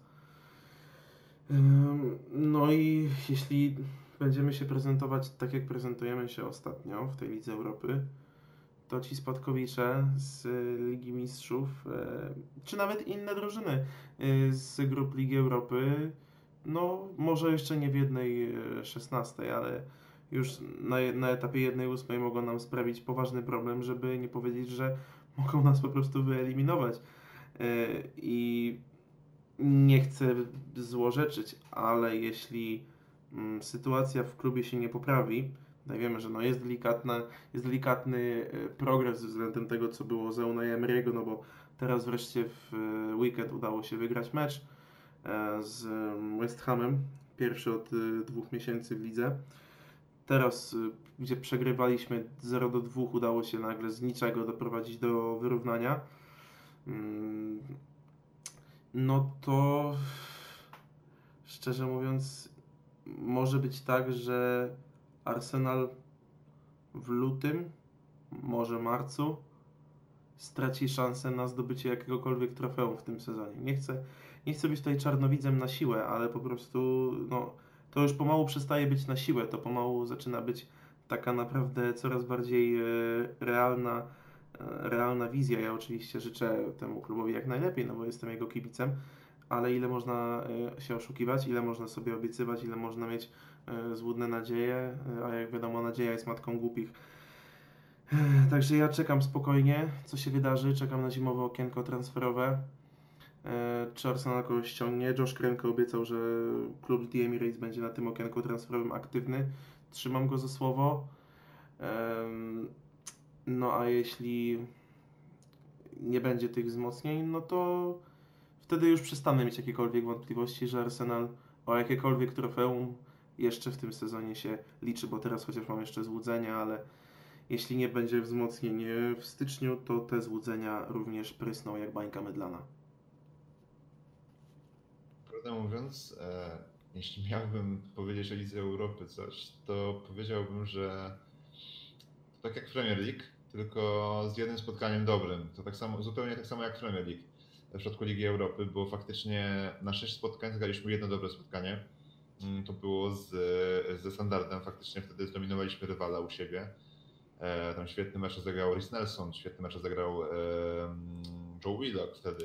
No i jeśli będziemy się prezentować tak jak prezentujemy się ostatnio w tej Lidze Europy, to ci spadkowicze z Ligi Mistrzów, czy nawet inne drużyny z grup Ligi Europy, no może jeszcze nie w 1/16, ale już na etapie 1/8 mogą nam sprawić poważny problem, żeby nie powiedzieć, że mogą nas po prostu wyeliminować. I nie chcę złorzeczyć, ale jeśli sytuacja w klubie się nie poprawi, wiemy, że no jest delikatny progres względem tego, co było za Unai Emery'ego, no bo teraz wreszcie w weekend udało się wygrać mecz z West Hamem, pierwszy od 2 miesięcy w lidze. Teraz, gdzie przegrywaliśmy 0-2, udało się nagle z niczego doprowadzić do wyrównania. No to szczerze mówiąc może być tak, że Arsenal w lutym, może marcu straci szansę na zdobycie jakiegokolwiek trofeum w tym sezonie. Nie chcę być tutaj czarnowidzem na siłę, ale po prostu no, to już pomału przestaje być na siłę, to pomału zaczyna być taka naprawdę coraz bardziej realna wizja. Ja oczywiście życzę temu klubowi jak najlepiej, no bo jestem jego kibicem, ale ile można się oszukiwać, ile można sobie obiecywać, ile można mieć złudne nadzieje, a jak wiadomo, nadzieja jest matką głupich. Także ja czekam spokojnie, co się wydarzy, czekam na zimowe okienko transferowe. Czy Arsenal kogoś ściągnie? Josh Kroenke obiecał, że klub The Emirates będzie na tym okienku transferowym aktywny. Trzymam go za słowo. No a jeśli nie będzie tych wzmocnień, no to wtedy już przestanę mieć jakiekolwiek wątpliwości, że Arsenal o jakiekolwiek trofeum jeszcze w tym sezonie się liczy, bo teraz chociaż mam jeszcze złudzenia, ale jeśli nie będzie wzmocnień w styczniu, to te złudzenia również prysną jak bańka mydlana. Prawdę mówiąc, jeśli miałbym powiedzieć o Lidze Europy coś, to powiedziałbym, że to tak jak Premier League, tylko z jednym spotkaniem dobrym. To tak samo, zupełnie tak samo jak Premier League w przypadku Ligi Europy, bo faktycznie na 6 spotkań zagraliśmy jedno dobre spotkanie. To było ze Standardem, faktycznie wtedy zdominowaliśmy rywala u siebie. Tam świetny mecz zagrał Reiss Nelson, świetny mecz zagrał Joe Willock wtedy.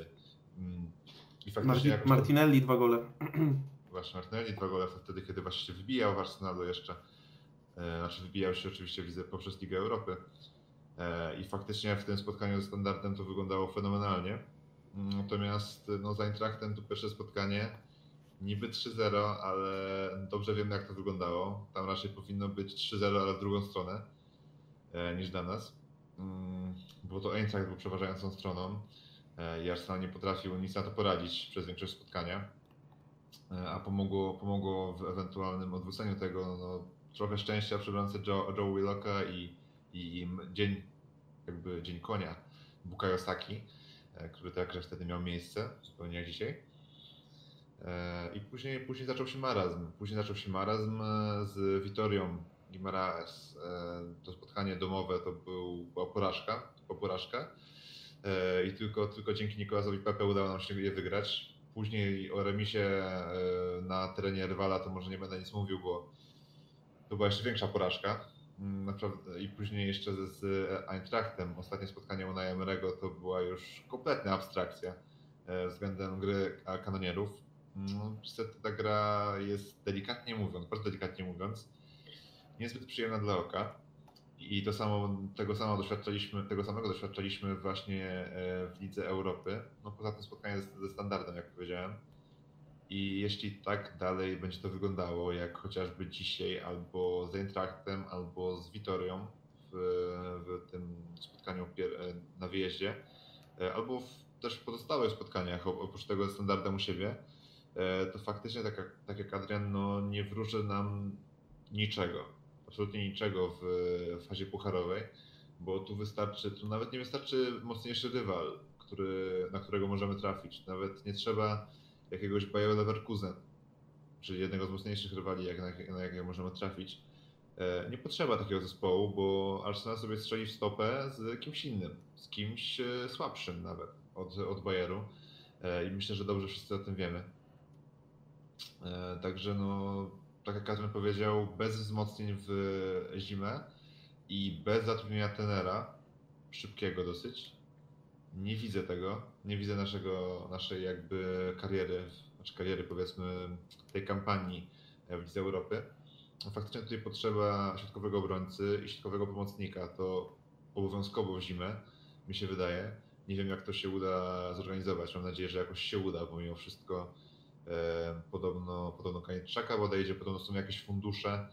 I faktycznie Martinelli 2 gole. Właśnie Martinelli 2 gole wtedy, kiedy właśnie się wybijał w Arsenalu jeszcze. Znaczy wybijał się oczywiście poprzez Ligę Europy. I faktycznie w tym spotkaniu ze Standardem to wyglądało fenomenalnie. Natomiast no, z Eintrachtem to pierwsze spotkanie, niby 3-0, ale dobrze wiemy jak to wyglądało. Tam raczej powinno być 3-0, ale w drugą stronę niż dla nas. Bo to Eintracht był przeważającą stroną i Arsenal nie potrafił nic na to poradzić przez większość spotkania. A pomogło w ewentualnym odwróceniu tego no, trochę szczęścia przy bramce Joe Willocka i dzień konia Bukayo Saki, który także wtedy miał miejsce, zupełnie jak dzisiaj. I później zaczął się marazm. Później zaczął się marazm z Vitorią Guimaraes. To spotkanie domowe to była porażka. I tylko dzięki Nikolasowi Pepe udało nam się je wygrać. Później o remisie na terenie rywala to może nie będę nic mówił, bo to była jeszcze większa porażka. Naprawdę. I później jeszcze z Eintrachtem, ostatnie spotkanie Unai Emery'ego to była już kompletna abstrakcja względem gry kanonierów. Niestety ta gra jest bardzo delikatnie mówiąc, niezbyt przyjemna dla oka. I tego samego doświadczaliśmy właśnie w Lidze Europy. No poza tym spotkanie ze Standardem, jak powiedziałem. I jeśli tak dalej będzie to wyglądało, jak chociażby dzisiaj, albo z Eintrachtem, albo z Vitorią w tym spotkaniu na wyjeździe, albo też w pozostałych spotkaniach, oprócz tego ze Standardem u siebie, to faktycznie tak jak Adrian, no nie wróży nam niczego. Absolutnie niczego w fazie pucharowej, bo tu nawet nie wystarczy mocniejszy rywal, na którego możemy trafić. Nawet nie trzeba jakiegoś Bayer Leverkusen, czyli jednego z mocniejszych rywali, na jakiego możemy trafić. Nie potrzeba takiego zespołu, bo Arsenal sobie strzeli w stopę z kimś innym, z kimś słabszym nawet od Bayeru. I myślę, że dobrze wszyscy o tym wiemy. Także no, tak jak Adrian powiedział, bez wzmocnień w zimę i bez zatrudnienia trenera, szybkiego dosyć. Nie widzę tego. Nie widzę naszej jakby kariery powiedzmy tej kampanii w Lidze Europy. Faktycznie tutaj potrzeba środkowego obrońcy i środkowego pomocnika. To obowiązkowo w zimę, mi się wydaje. Nie wiem, jak to się uda zorganizować. Mam nadzieję, że jakoś się uda, bo mimo wszystko podobno Kanieczaka bodajże, podobno są jakieś fundusze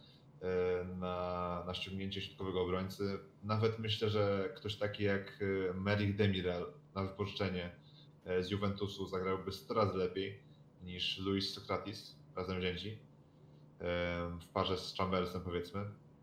na ściągnięcie środkowego obrońcy. Nawet myślę, że ktoś taki jak Merih Demiral na wypożyczenie z Juventusu zagrałby 100 razy lepiej niż Luis Sokratis razem wzięci w parze z Chambersem powiedzmy.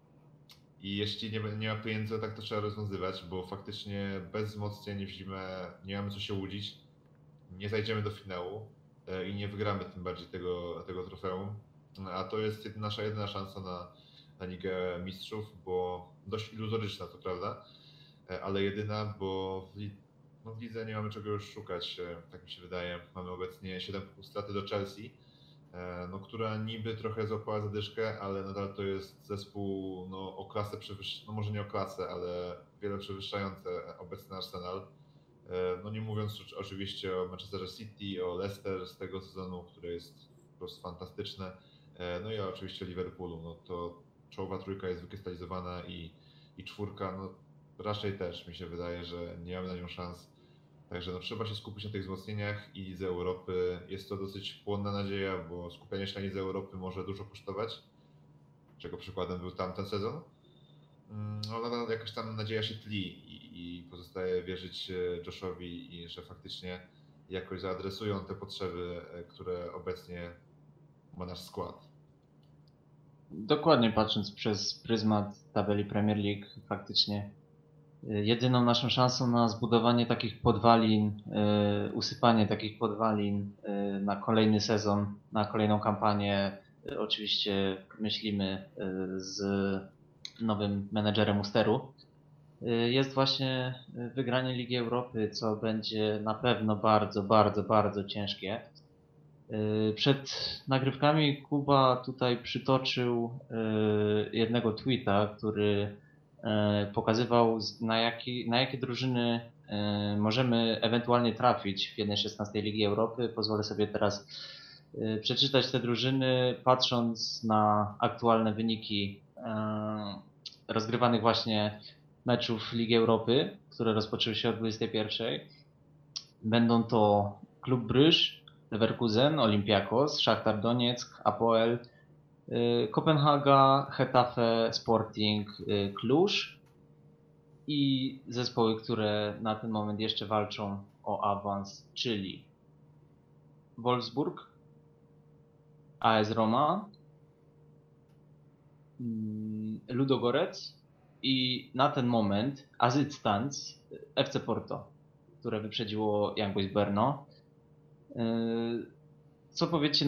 I jeśli nie ma pieniędzy, to tak to trzeba rozwiązywać, bo faktycznie bez wzmocnień w zimę nie mamy co się łudzić, nie zajdziemy do finału i nie wygramy tym bardziej tego trofeum. A to jest nasza jedyna szansa na Ligę Mistrzów, bo dość iluzoryczna to prawda, ale jedyna, bo w lidze nie mamy czego już szukać, tak mi się wydaje. Mamy obecnie 7 punktów straty do Chelsea, która niby trochę złapała zadyszkę, ale nadal to jest zespół o klasę może nie o klasę, ale wiele przewyższające obecny Arsenal. Nie mówiąc oczywiście o Manchesterze City, o Leicester z tego sezonu, które jest po prostu fantastyczne. I oczywiście o Liverpoolu. To czołowa trójka jest wykrystalizowana i czwórka, raczej też mi się wydaje, że nie mamy na nią szans. Także trzeba się skupić na tych wzmocnieniach i Lidze Europy. Jest to dosyć płonna nadzieja, bo skupianie się na Lidze Europy może dużo kosztować, czego przykładem był tamten sezon. Ale jakaś tam nadzieja się tli i pozostaje wierzyć Joshowi, i że faktycznie jakoś zaadresują te potrzeby, które obecnie ma nasz skład. Dokładnie patrząc przez pryzmat tabeli Premier League, faktycznie jedyną naszą szansą na zbudowanie takich podwalin, usypanie takich podwalin na kolejny sezon, na kolejną kampanię, oczywiście myślimy z nowym menedżerem Usteru, jest właśnie wygranie Ligi Europy, co będzie na pewno bardzo, bardzo, bardzo ciężkie. Przed nagrywkami Kuba tutaj przytoczył jednego tweeta, który pokazywał na jakie drużyny możemy ewentualnie trafić w 1/16 Ligi Europy. Pozwolę sobie teraz przeczytać te drużyny, patrząc na aktualne wyniki rozgrywanych właśnie meczów Ligi Europy, które rozpoczęły się o 21. Będą to Klub Brugge, Leverkusen, Olympiakos, Szachtar Donieck, Apoel, Kopenhaga, Getafe, Sporting, Cluj i zespoły, które na ten moment jeszcze walczą o awans, czyli Wolfsburg, AS Roma, Ludogorets i na ten moment as it stands FC Porto, które wyprzedziło Young Boys Brno. Co powiecie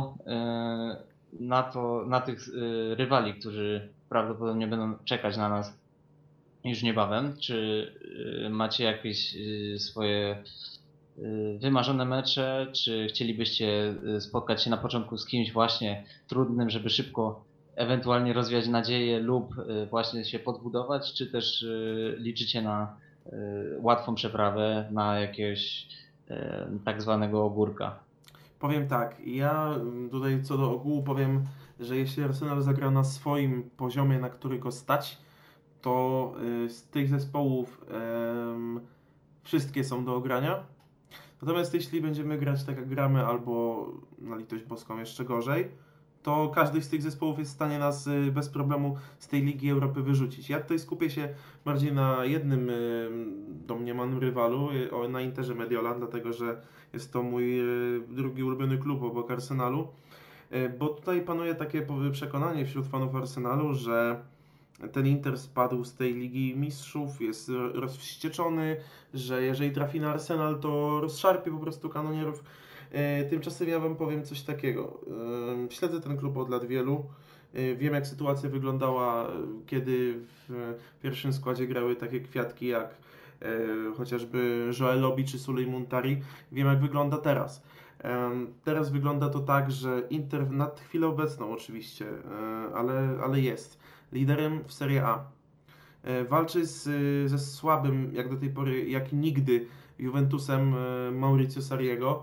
na tych rywali, którzy prawdopodobnie będą czekać na nas już niebawem? Czy macie jakieś swoje wymarzone mecze, czy chcielibyście spotkać się na początku z kimś właśnie trudnym, żeby szybko ewentualnie rozwiać nadzieję lub właśnie się podbudować, czy też liczycie na łatwą przeprawę, na jakiegoś tak zwanego ogórka? Powiem tak, ja tutaj co do ogółu powiem, że jeśli Arsenal zagra na swoim poziomie, na który go stać, to z tych zespołów wszystkie są do ogrania. Natomiast jeśli będziemy grać tak jak gramy, albo na litość boską jeszcze gorzej, to każdy z tych zespołów jest w stanie nas bez problemu z tej Ligi Europy wyrzucić. Ja tutaj skupię się bardziej na jednym domniemanym rywalu, na Interze Mediolan, dlatego że jest to mój drugi ulubiony klub obok Arsenalu, bo tutaj panuje takie przekonanie wśród fanów Arsenalu, że ten Inter spadł z tej Ligi Mistrzów, jest rozwścieczony, że jeżeli trafi na Arsenal, to rozszarpie po prostu kanonierów. Tymczasem ja wam powiem coś takiego. Śledzę ten klub od lat wielu. Wiem, jak sytuacja wyglądała, kiedy w pierwszym składzie grały takie kwiatki jak chociażby Joel Obi czy Sulej Muntari. Wiem, jak wygląda teraz. Teraz wygląda to tak, że Inter na chwilę obecną oczywiście, ale jest liderem w Serie A. Walczy ze słabym, jak do tej pory, jak nigdy, Juventusem Mauricio Sarriego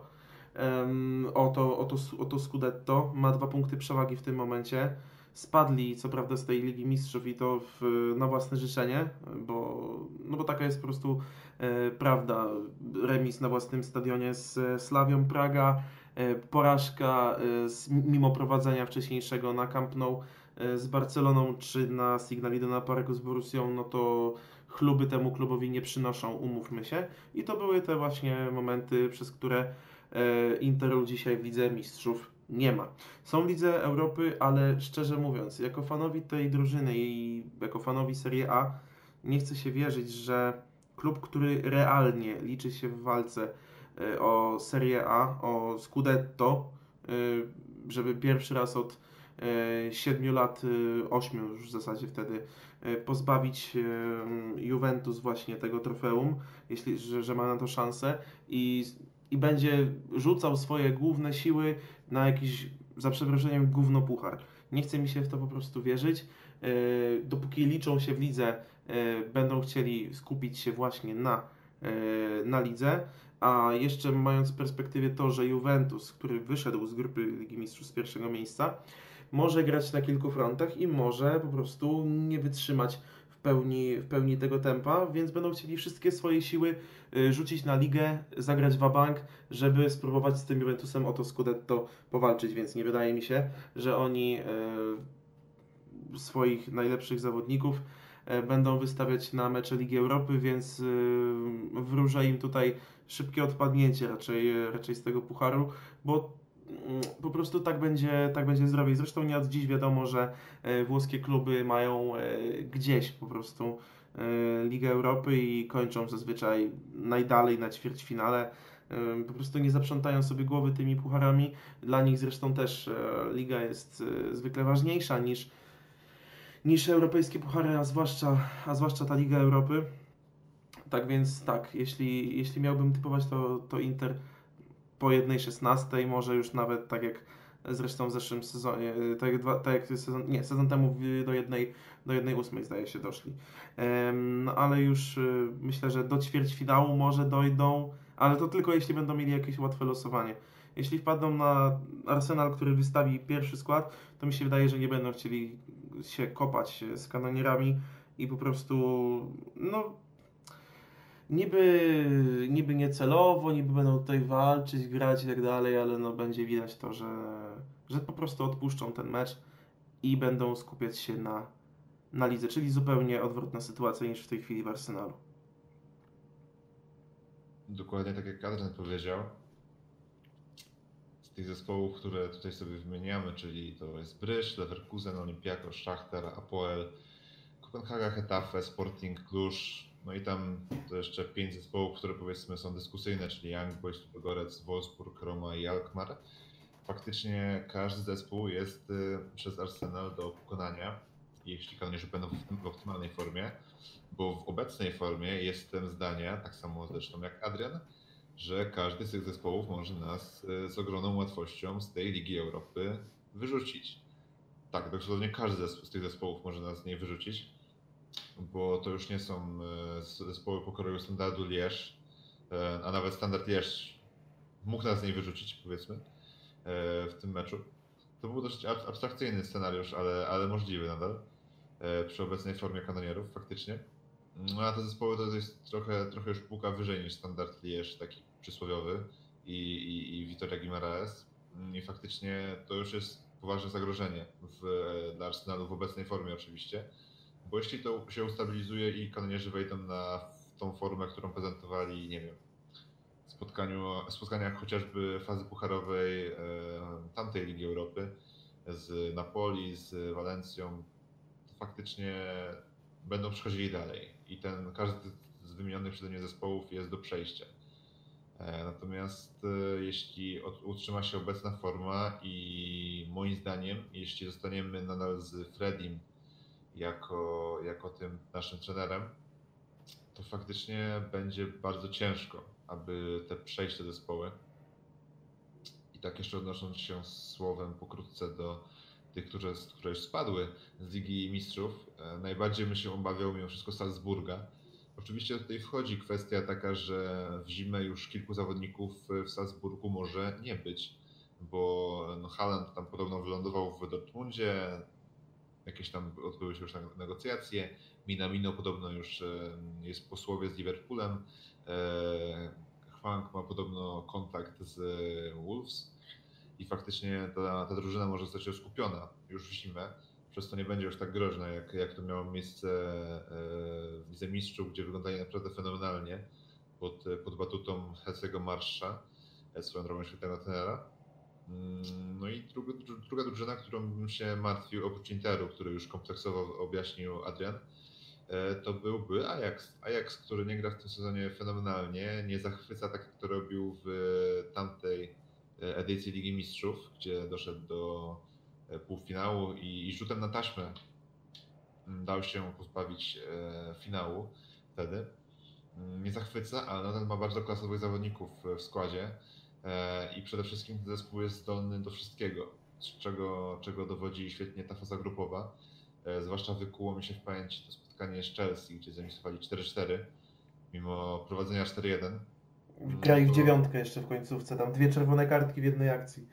o to Scudetto. Ma 2 punkty przewagi w tym momencie. Spadli co prawda z tej Ligi Mistrzów i to na własne życzenie, bo taka jest po prostu prawda. Remis na własnym stadionie z Slawią Praga, porażka mimo prowadzenia wcześniejszego na Camp Nou z Barceloną czy na Signal Iduna Parku z Borussią, no to chluby temu klubowi nie przynoszą, umówmy się. I to były te właśnie momenty, przez które Interu dzisiaj w Lidze Mistrzów nie ma. Są w Lidze Europy, ale szczerze mówiąc, jako fanowi tej drużyny i jako fanowi Serie A, nie chce się wierzyć, że klub, który realnie liczy się w walce o Serie A, o Scudetto, żeby pierwszy raz od 7 lat, 8 już w zasadzie wtedy, pozbawić Juventus właśnie tego trofeum, że ma na to szansę i będzie rzucał swoje główne siły na jakiś, za przeproszeniem, gówno puchar. Nie chce mi się w to po prostu wierzyć. Dopóki liczą się w lidze, będą chcieli skupić się właśnie na lidze, a jeszcze mając w perspektywie to, że Juventus, który wyszedł z grupy Ligi Mistrzów z pierwszego miejsca, może grać na kilku frontach i może po prostu nie wytrzymać w pełni tego tempa, więc będą chcieli wszystkie swoje siły rzucić na ligę, zagrać wabank, żeby spróbować z tym Juventusem o to Scudetto powalczyć, więc nie wydaje mi się, że oni swoich najlepszych zawodników będą wystawiać na mecze Ligi Europy, więc wróżę im tutaj szybkie odpadnięcie raczej z tego pucharu, bo po prostu tak będzie zdrowiej. Zresztą nie od dziś wiadomo, że włoskie kluby mają gdzieś po prostu Ligę Europy i kończą zazwyczaj najdalej na ćwierćfinale. Po prostu nie zaprzątają sobie głowy tymi pucharami. Dla nich zresztą też liga jest zwykle ważniejsza niż europejskie puchary, a zwłaszcza ta Liga Europy. Tak więc tak, jeśli miałbym typować, to Inter po 1/16, może już nawet tak jak zresztą w zeszłym sezonie, sezon temu do 1/8 zdaje się doszli. No ale już myślę, że do ćwierćfinału może dojdą, ale to tylko jeśli będą mieli jakieś łatwe losowanie. Jeśli wpadną na Arsenal, który wystawi pierwszy skład, to mi się wydaje, że nie będą chcieli się kopać z kanonierami i po prostu niby niecelowo, niby będą tutaj walczyć, grać i tak dalej, ale będzie widać to, że po prostu odpuszczą ten mecz i będą skupiać się na lidze, czyli zupełnie odwrotna sytuacja niż w tej chwili w Arsenalu. Dokładnie tak jak Adrian powiedział. Z tych zespołów, które tutaj sobie wymieniamy, czyli to jest Bryż, Leverkusen, Olympiakos, Szachtar, Apoel, Kopenhaga, Getafe, Sporting, Cluj, no i tam to jeszcze 5 zespołów, które powiedzmy są dyskusyjne, czyli Young Boys, Ludogorets, Wolfsburg, Roma i Alkmaar. Faktycznie każdy zespół jest przez Arsenal do pokonania, jeśli kanonierzy będą w optymalnej formie, bo w obecnej formie jestem zdania, tak samo zresztą jak Adrian, że każdy z tych zespołów może nas z ogromną łatwością z tej Ligi Europy wyrzucić. Tak, dosłownie każdy z tych zespołów może nas z niej wyrzucić, bo to już nie są zespoły pokroju Standardu Liège, a nawet Standard Liège mógł nas z niej wyrzucić, powiedzmy, w tym meczu. To był dość abstrakcyjny scenariusz, ale możliwy nadal przy obecnej formie kanonierów faktycznie. No a te zespoły to jest trochę już półka wyżej niż Standard Liège, taki przysłowiowy i Vitória Guimarães. I faktycznie to już jest poważne zagrożenie dla Arsenalu w obecnej formie oczywiście, bo jeśli to się ustabilizuje i kanonierzy wejdą na tą formę, którą prezentowali, nie wiem, w spotkaniach chociażby fazy pucharowej tamtej Ligi Europy z Napoli, z Walencją, to faktycznie będą przechodzili dalej i każdy z wymienionych przeze mnie zespołów jest do przejścia. Natomiast jeśli utrzyma się obecna forma i moim zdaniem, jeśli zostaniemy nadal z Fredim jako tym naszym trenerem, to faktycznie będzie bardzo ciężko, aby przejść te zespoły. I tak jeszcze odnosząc się słowem pokrótce do tych, które już spadły z Ligi Mistrzów, najbardziej bym się obawiał mimo wszystko Salzburga. Oczywiście tutaj wchodzi kwestia taka, że w zimę już kilku zawodników w Salzburgu może nie być, bo no Haaland tam podobno wylądował w Dortmundzie, jakieś tam odbyły się już negocjacje, Minamino podobno już jest po słowie z Liverpoolem, Hwang ma podobno kontakt z Wolves i faktycznie ta drużyna może zostać skupiona już w zimę, przez to nie będzie już tak groźna, jak to miało miejsce w Lidze Mistrzów, gdzie wyglądali naprawdę fenomenalnie pod batutą Hessego Marsza, swoją drogą świetnego trenera. No i druga drużyna, którą bym się martwił oprócz Interu, który już kompleksowo objaśnił Adrian, to byłby Ajax. Ajax, który nie gra w tym sezonie fenomenalnie, nie zachwyca tak jak to robił w tamtej edycji Ligi Mistrzów, gdzie doszedł do półfinału i rzutem na taśmę dał się pozbawić finału wtedy. Nie zachwyca, ale nadal ma bardzo klasowych zawodników w składzie i przede wszystkim ten zespół jest zdolny do wszystkiego, czego dowodzi świetnie ta faza grupowa. Zwłaszcza wykuło mi się w pamięci to spotkanie z Chelsea, gdzie zamisowali 4-4, mimo prowadzenia 4-1. Grali w dziewiątkę jeszcze w końcówce, tam 2 czerwone kartki w jednej akcji.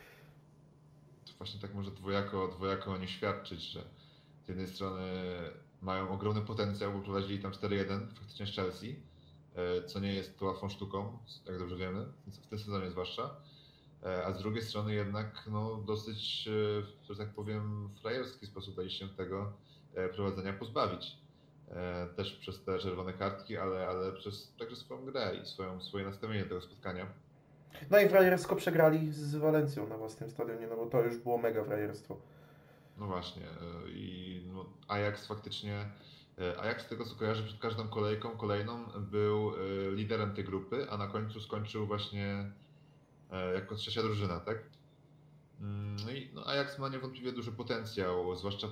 To właśnie tak może dwojako o nich świadczyć, że z jednej strony mają ogromny potencjał, bo prowadzili tam 4-1 faktycznie z Chelsea, co nie jest łatwą sztuką, jak dobrze wiemy, w tym sezonie zwłaszcza, a z drugiej strony jednak no, dosyć, że tak powiem, frajerski sposób dali się tego prowadzenia pozbawić. Też przez te czerwone kartki, ale przez także swoją grę i swoje nastawienie do tego spotkania. No i frajersko przegrali z Walencją na własnym stadionie, no bo to już było mega frajerstwo. No właśnie i no, Ajax faktycznie, Ajax z tego co kojarzę przed każdą kolejną był liderem tej grupy, a na końcu skończył właśnie jako trzecia drużyna, tak? No i no, Ajax ma niewątpliwie duży potencjał, zwłaszcza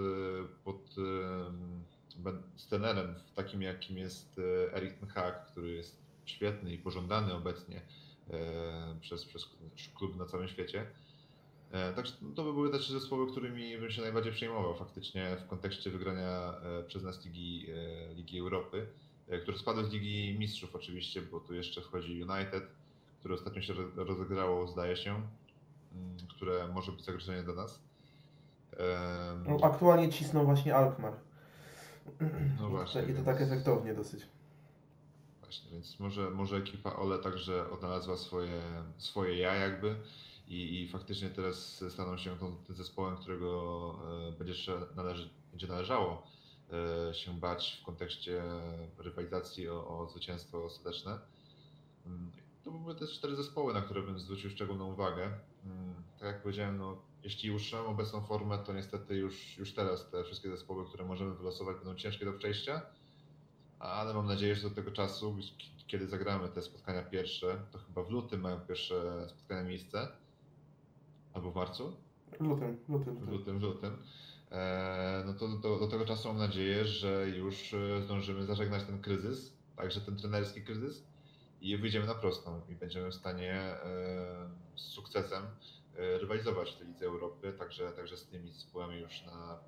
z trenerem takim jakim jest Erik ten Hag, który jest świetny i pożądany obecnie przez klub na całym świecie. Także to by były te 3 zespoły, którymi bym się najbardziej przejmował faktycznie w kontekście wygrania przez nas Ligi Europy, które spadły z Ligi Mistrzów oczywiście, bo tu jeszcze wchodzi United, które ostatnio się rozegrało, zdaje się, które może być zagrożenie dla nas. No, aktualnie cisną właśnie Alkmaar. No właśnie, I to tak efektownie dosyć. Właśnie, więc może ekipa Ole także odnalazła swoje ja jakby i faktycznie teraz staną się tym zespołem, którego będzie należało się bać w kontekście rywalizacji o zwycięstwo ostateczne. To były te 4 zespoły, na które bym zwrócił szczególną uwagę. Tak jak powiedziałem, no, jeśli utrzymamy obecną formę, to niestety już teraz te wszystkie zespoły, które możemy wylosować, będą ciężkie do przejścia, ale mam nadzieję, że do tego czasu, kiedy zagramy te spotkania pierwsze, to chyba w lutym mają pierwsze spotkania miejsce, albo w marcu? W lutym. No to do tego czasu mam nadzieję, że już zdążymy zażegnać ten kryzys, także ten trenerski kryzys i wyjdziemy na prostą i będziemy w stanie z sukcesem rywalizować w tej Lidze Europy, także z tymi zespołami już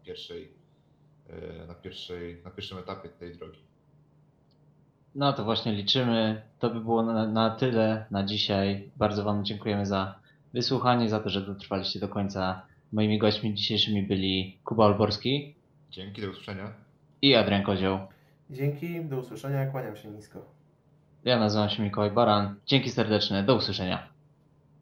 na pierwszym etapie tej drogi. No to właśnie liczymy. To by było na tyle na dzisiaj. Bardzo Wam dziękujemy za wysłuchanie, za to, że dotrwaliście do końca. Moimi gośćmi dzisiejszymi byli Kuba Olborski. Dzięki, do usłyszenia. I Adrian Kozioł. Dzięki, do usłyszenia, kłaniam się nisko. Ja nazywam się Mikołaj Baran. Dzięki serdeczne, do usłyszenia.